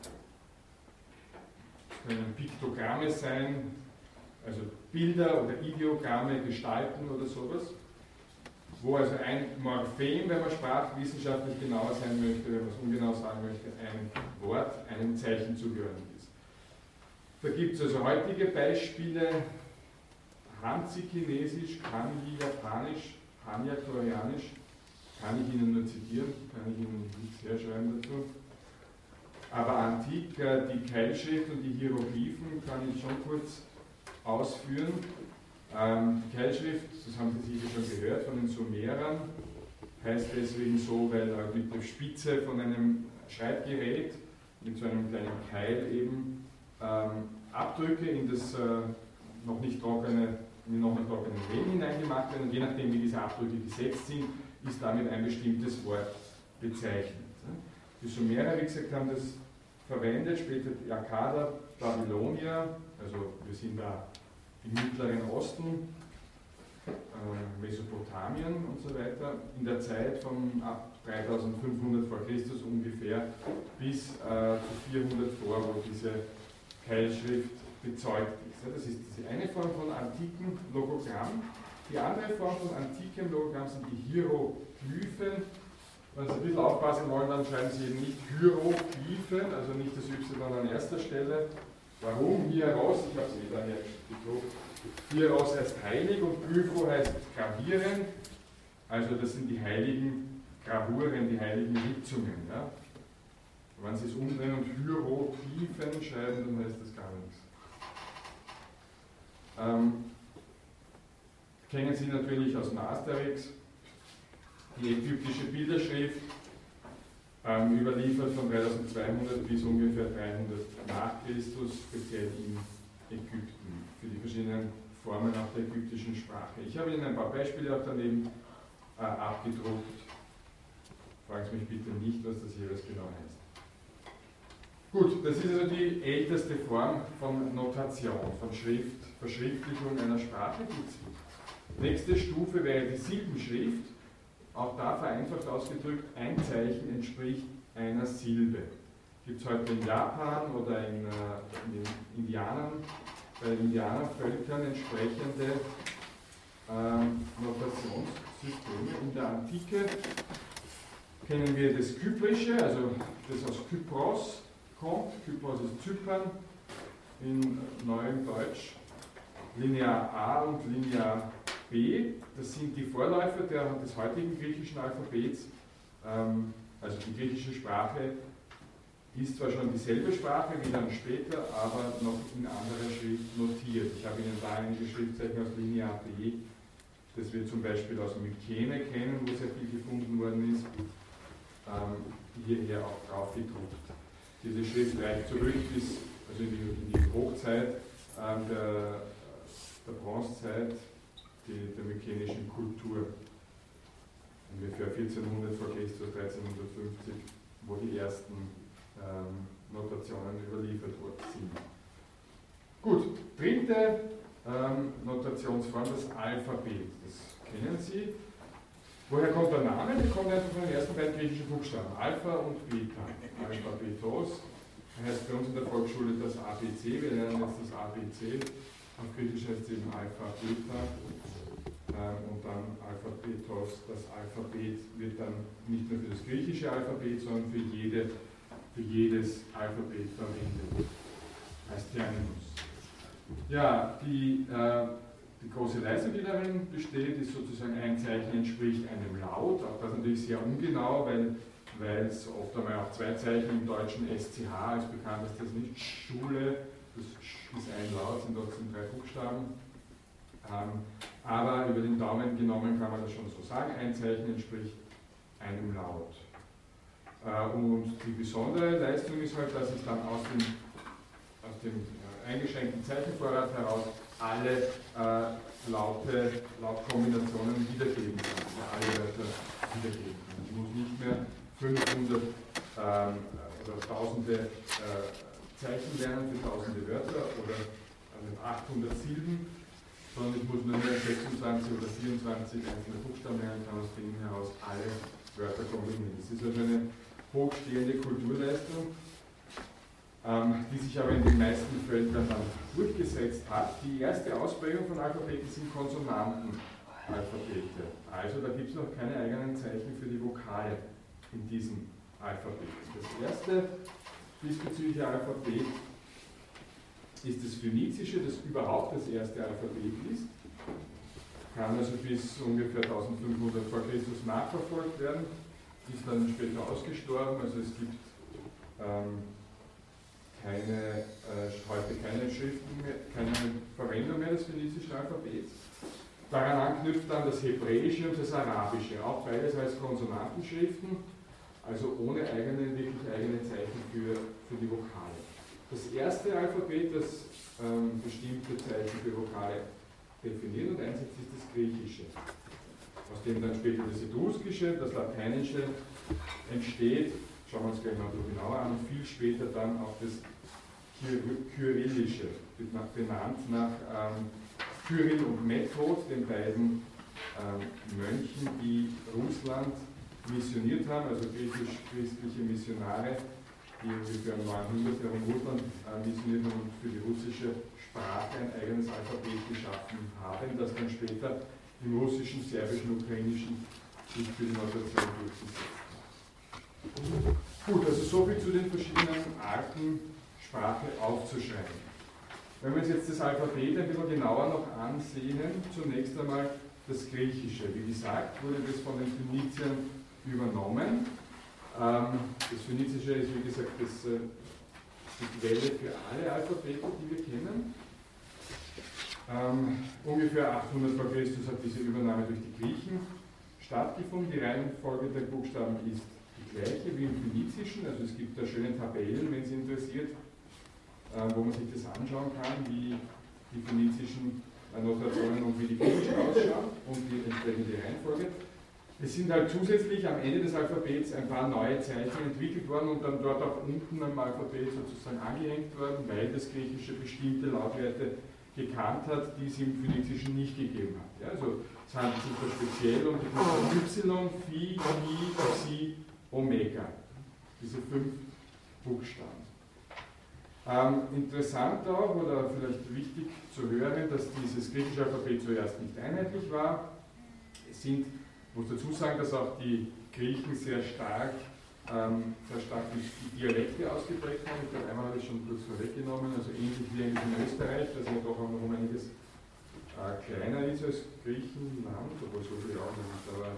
es können Piktogramme sein, also Bilder oder Ideogramme, Gestalten oder sowas, wo also ein Morphem, wenn man sprachwissenschaftlich genauer sein möchte, wenn man es ungenau sagen möchte, ein Wort einem Zeichen zugehörig ist. Da gibt es also heutige Beispiele, Hanzi-Chinesisch, Kanji Japanisch, Hanja Koreanisch, kann ich Ihnen nur zitieren, kann ich Ihnen nichts herschreiben dazu. Aber antik, die Keilschrift und die Hieroglyphen kann ich schon kurz ausführen. Die Keilschrift, das haben Sie sicher schon gehört von den Sumerern, heißt deswegen so, weil mit der Spitze von einem Schreibgerät mit so einem kleinen Keil eben Abdrücke in das noch nicht trockene Lehm hineingemacht werden und je nachdem wie diese Abdrücke gesetzt sind, ist damit ein bestimmtes Wort bezeichnet. Die Sumerer, wie gesagt, haben das verwendet, später die Akkader, Babylonier, also wir sind da im Mittleren Osten, Mesopotamien und so weiter, in der Zeit von ab 3500 vor Christus ungefähr bis zu 400 vor, wo diese Keilschrift bezeugt ist. Das ist diese eine Form von antiken Logogramm. Die andere Form von antikem Logogramm sind die Hieroglyphen. Wenn Sie ein bisschen aufpassen wollen, dann schreiben Sie eben nicht Hieroglyphen, also nicht das Y an erster Stelle. Warum? Hieros, ich habe es daher gedruckt. Hieros heißt heilig und Glypho heißt gravieren. Also das sind die heiligen Gravuren, die heiligen Ritzungen. Ja? Wenn Sie es umdrehen und Hieroglyphen schreiben, dann heißt das gar nichts. Kennen Sie natürlich aus dem Asterix die ägyptische Bilderschrift, überliefert von 3200 bis ungefähr 300 nach Christus, speziell in Ägypten, für die verschiedenen Formen auch der ägyptischen Sprache. Ich habe Ihnen ein paar Beispiele auch daneben abgedruckt. Fragen Sie mich bitte nicht, was das jeweils genau heißt. Gut, das ist also die älteste Form von Notation, von Verschriftlichung einer Sprache. Die nächste Stufe wäre die Silbenschrift. Auch da vereinfacht ausgedrückt, ein Zeichen entspricht einer Silbe. Gibt es heute in Japan oder in den Indianern, bei den Indianervölkern entsprechende Notationssysteme. In der Antike kennen wir das Kyprische, also das aus Kypros kommt. Kypros ist Zypern in neuem Deutsch. Linear A und Linear B, das sind die Vorläufer des heutigen griechischen Alphabets. Also die griechische Sprache ist zwar schon dieselbe Sprache wie dann später, aber noch in anderer Schrift notiert. Ich habe Ihnen da einige Schriftzeichen aus Linear B, das wir zum Beispiel aus Mykene kennen, wo sehr viel gefunden worden ist, hierher auch drauf gedruckt. Diese Schrift reicht zurück bis also in die Hochzeit der Bronzezeit der mykenischen Kultur. Ungefähr 1400 vor Christus, 1350, wo die ersten Notationen überliefert worden sind. Gut, dritte Notationsform, das Alphabet. Das kennen Sie. Woher kommt der Name? Der kommt einfach von den ersten beiden griechischen Buchstaben, Alpha und Beta. Alphabetos heißt bei uns in der Volksschule das ABC, wir lernen jetzt das ABC. Auf Griechisch heißt es eben Alpha, Beta und dann Alphabetos. Das Alphabet wird dann nicht nur für das griechische Alphabet, sondern für jedes Alphabet verwendet. Heißt Terminus. Ja, die große Leistung, die darin besteht, ist sozusagen ein Zeichen entspricht einem Laut. Auch das natürlich sehr ungenau, weil es oft einmal auch zwei Zeichen im Deutschen SCH als bekannt ist, das nicht Schule, das Sch ist ein Laut, sind trotzdem 3 Buchstaben. Aber über den Daumen genommen kann man das schon so sagen, ein Zeichen entspricht einem Laut. Und die besondere Leistung ist halt, dass ich dann aus dem eingeschränkten Zeichenvorrat heraus alle Lautkombinationen wiedergeben kann, alle Wörter wiedergeben kann. Ich muss nicht mehr 500 oder tausende Zeichen lernen für tausende Wörter oder 800 Silben, sondern ich muss nur 26 oder 24 einzelne Buchstaben lernen, kann aus denen heraus alle Wörter kombinieren. Das ist also eine hochstehende Kulturleistung, die sich aber in den meisten Völkern dann durchgesetzt hat. Die erste Ausprägung von Alphabeten sind Konsonantenalphabete. Also da gibt es noch keine eigenen Zeichen für die Vokale in diesem Alphabet. Das erste diesbezügliche Alphabet ist das Phönizische, das überhaupt das erste Alphabet ist. Kann also bis ungefähr 1500 vor Christus nachverfolgt werden, ist dann später ausgestorben, also es gibt heute keine Schriften mehr, keine Verwendung mehr des phönizischen Alphabets. Daran anknüpft dann das Hebräische und das Arabische, auch beides als Konsonantenschriften, also ohne wirklich eigene Zeichen für die Vokale. Das erste Alphabet, das bestimmte Zeichen für Vokale definiert und einsetzt, ist das Griechische, aus dem dann später das Etruskische, das Lateinische entsteht. Schauen wir uns gleich mal genauer an, und viel später dann auch das Kyrillische, benannt nach Kyrill und Method, den beiden Mönchen, die Russland missioniert haben, also griechisch-christliche Missionare, die ungefähr 900 herum Russland missioniert haben und für die russische Sprache ein eigenes Alphabet geschaffen haben, das dann später im Russischen, Serbischen, Ukrainischen sich für die Notation durchgesetzt hat. Gut, also soviel zu den verschiedenen Arten, Sprache aufzuschreiben. Wenn wir uns jetzt das Alphabet ein bisschen genauer noch ansehen, zunächst einmal das Griechische. Wie gesagt, wurde das von den Phöniziern übernommen. Das Phönizische ist, wie gesagt, die Quelle für alle Alphabete, die wir kennen. Ungefähr 800 vor Christus hat diese Übernahme durch die Griechen stattgefunden. Die Reihenfolge der Buchstaben ist die gleiche wie im Phönizischen. Also es gibt da schöne Tabellen, wenn Sie interessiert, wo man sich das anschauen kann, wie die phönizischen Notationen und wie die griechischen ausschauen und die entsprechende Reihenfolge. Es sind halt zusätzlich am Ende des Alphabets ein paar neue Zeichen entwickelt worden und dann dort auch unten am Alphabet sozusagen angehängt worden, weil das Griechische bestimmte Lautwerte gekannt hat, die es im Phönizischen nicht gegeben hat. Ja, also es handelt sich da speziell um die Buchstaben Y, Phi, Mi, Psi, Omega. Diese 5 Buchstaben. Interessant auch, oder vielleicht wichtig zu hören, dass dieses griechische Alphabet zuerst nicht einheitlich war. Ich muss dazu sagen, dass auch die Griechen sehr stark die Dialekte ausgeprägt haben. Ich glaube, einmal habe ich schon kurz vorweggenommen, also ähnlich wie in Österreich, das ja doch um einiges kleiner ist als Griechenland, obwohl so viel auch nicht, aber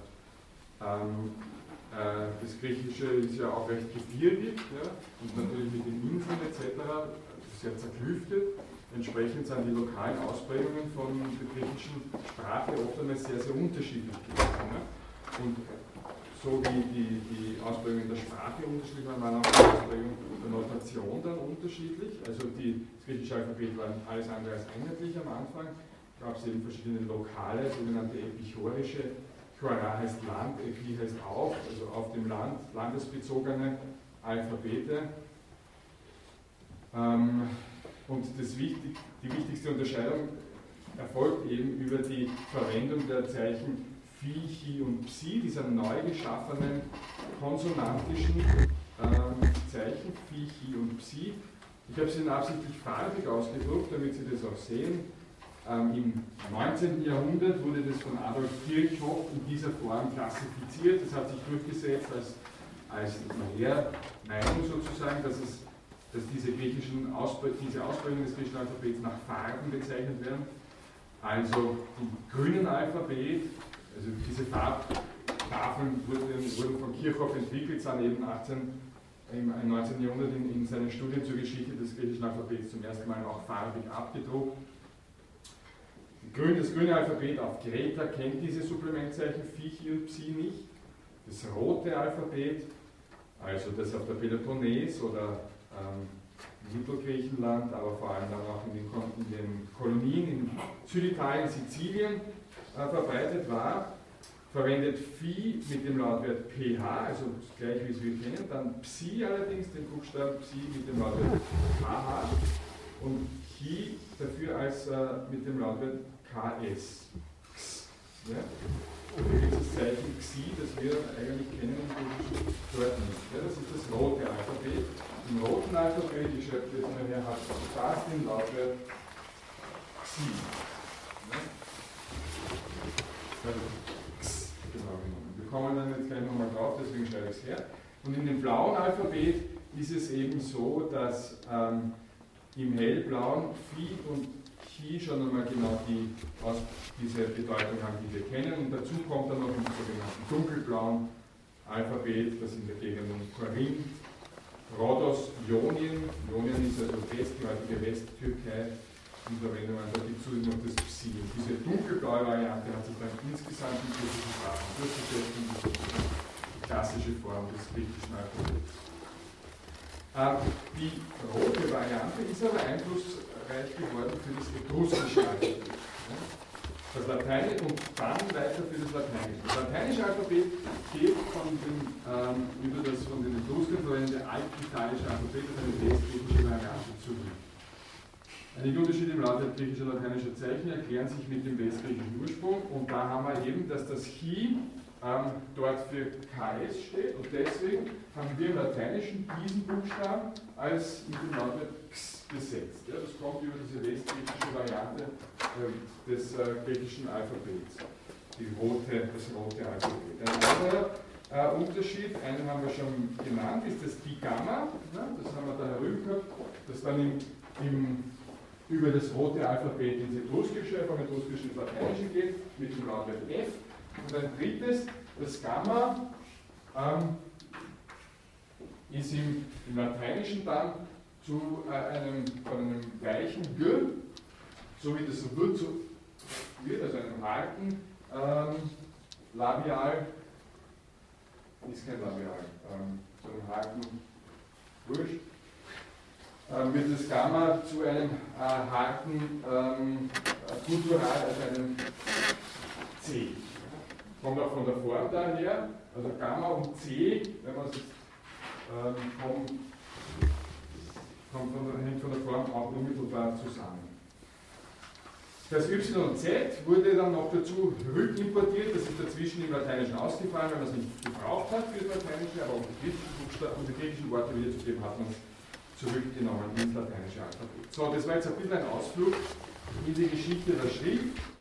das Griechische ist ja auch recht gebirgig, ja, und natürlich mit den Inseln etc. sehr zerklüftet. Entsprechend sind die lokalen Ausprägungen von der griechischen Sprache oft einmal sehr, sehr unterschiedlich gewesen. Ja. Und so wie die Ausprägungen der Sprache unterschiedlich waren, waren auch die Ausprägungen der Notation dann unterschiedlich. Also das griechische Alphabet war alles andere als einheitlich am Anfang. Gab es eben verschiedene lokale, sogenannte epichorische. Chora heißt Land, Epi heißt auf, also auf dem Land, landesbezogene Alphabete. Und die wichtigste Unterscheidung erfolgt eben über die Verwendung der Zeichen Phi, Chi und Psi, dieser neu geschaffenen konsonantischen Zeichen, Phi, Chi und Psi. Ich habe sie absichtlich farbig ausgedruckt, damit Sie das auch sehen. Im 19. Jahrhundert wurde das von Adolf Kirchhoff in dieser Form klassifiziert. Das hat sich durchgesetzt als Lehrmeinung sozusagen, dass diese Ausprägungen des griechischen Alphabets nach Farben bezeichnet werden. Also im grünen Alphabet, also diese Farbtafeln wurden von Kirchhoff entwickelt, sind eben im 19. Jahrhundert in seinen Studien zur Geschichte des griechischen Alphabets zum ersten Mal auch farbig abgedruckt. Das grüne Alphabet auf Kreta kennt diese Supplementzeichen Phi, Chi und Psi nicht. Das rote Alphabet, also das auf der Peloponnes oder Mittelgriechenland, aber vor allem dann auch in den Kolonien in Süditalien, Sizilien verbreitet war, verwendet Phi mit dem Lautwert PH, also gleich wie es wir kennen, dann Psi allerdings, den Buchstaben Psi mit dem Lautwert KH und Chi dafür als mit dem Lautwert KS. Ja? Und hier gibt es das Zeichen Xi, das wir eigentlich kennen dort nicht. Ja? Das ist das rote Alphabet. Im roten Alphabet, ich schreibe das mal her, hat fast den Lautwert Xi. Ja? Also X, genau genommen. Wir kommen dann jetzt gleich nochmal drauf, deswegen schreibe ich es her. Und in dem blauen Alphabet ist es eben so, dass im hellblauen Phi und Chi schon einmal genau diese Bedeutung haben, die wir kennen. Und dazu kommt dann noch im sogenannten dunkelblauen Alphabet, das in der Gegend um Korinth, Rhodos, Ionien. Ionien ist also die heutige Westtürkei. Und da wenden wir dann dazu noch das Psi. Und diese dunkelblaue Variante hat sich dann insgesamt in griechischen Sprachen durchgesetzt und ist die klassische Form des griechischen Alphabets. Die rote Variante ist aber einflussreich geworden für das etruskische Alphabet. Das Lateinische und dann weiter für das Lateinische. Das lateinische Alphabet geht von den Etruskern verwendete altitalische Alphabet auf eine westgriechische Variante zurück. Einige Unterschiede im Lautwert griechischer und lateinischer Zeichen erklären sich mit dem westgriechischen Ursprung und da haben wir eben, dass das Chi dort für KS steht und deswegen haben wir im Lateinischen diesen Buchstaben als mit dem Lautwert X besetzt. Ja, das kommt über diese westgriechische Variante des griechischen Alphabets, das rote Alphabet. Ein anderer Unterschied, einen haben wir schon genannt, ist das Digamma, ja, das haben wir da herüben gehabt, das dann über das rote Alphabet ins Etruskische, vom Etruskischen ins Lateinische geht, mit dem Lautwert F. Und ein drittes, das Gamma, ist im Lateinischen dann von einem weichen G, so wie das wird, also einem harten Labial, ist kein Labial, so einem harten Wurscht, wird das Gamma zu einem harten Guttural, also einem C. Kommt auch von der Form daher, also Gamma und C, wenn man es hängt von der Form auch unmittelbar zusammen. Das YZ wurde dann noch dazu rückimportiert, das ist dazwischen im Lateinischen ausgefallen, weil man es nicht gebraucht hat für das Lateinische, aber um die griechischen Worte wiederzugeben, hat man es zurückgenommen ins lateinische Alphabet. So, das war jetzt ein bisschen ein Ausflug in die Geschichte der Schrift.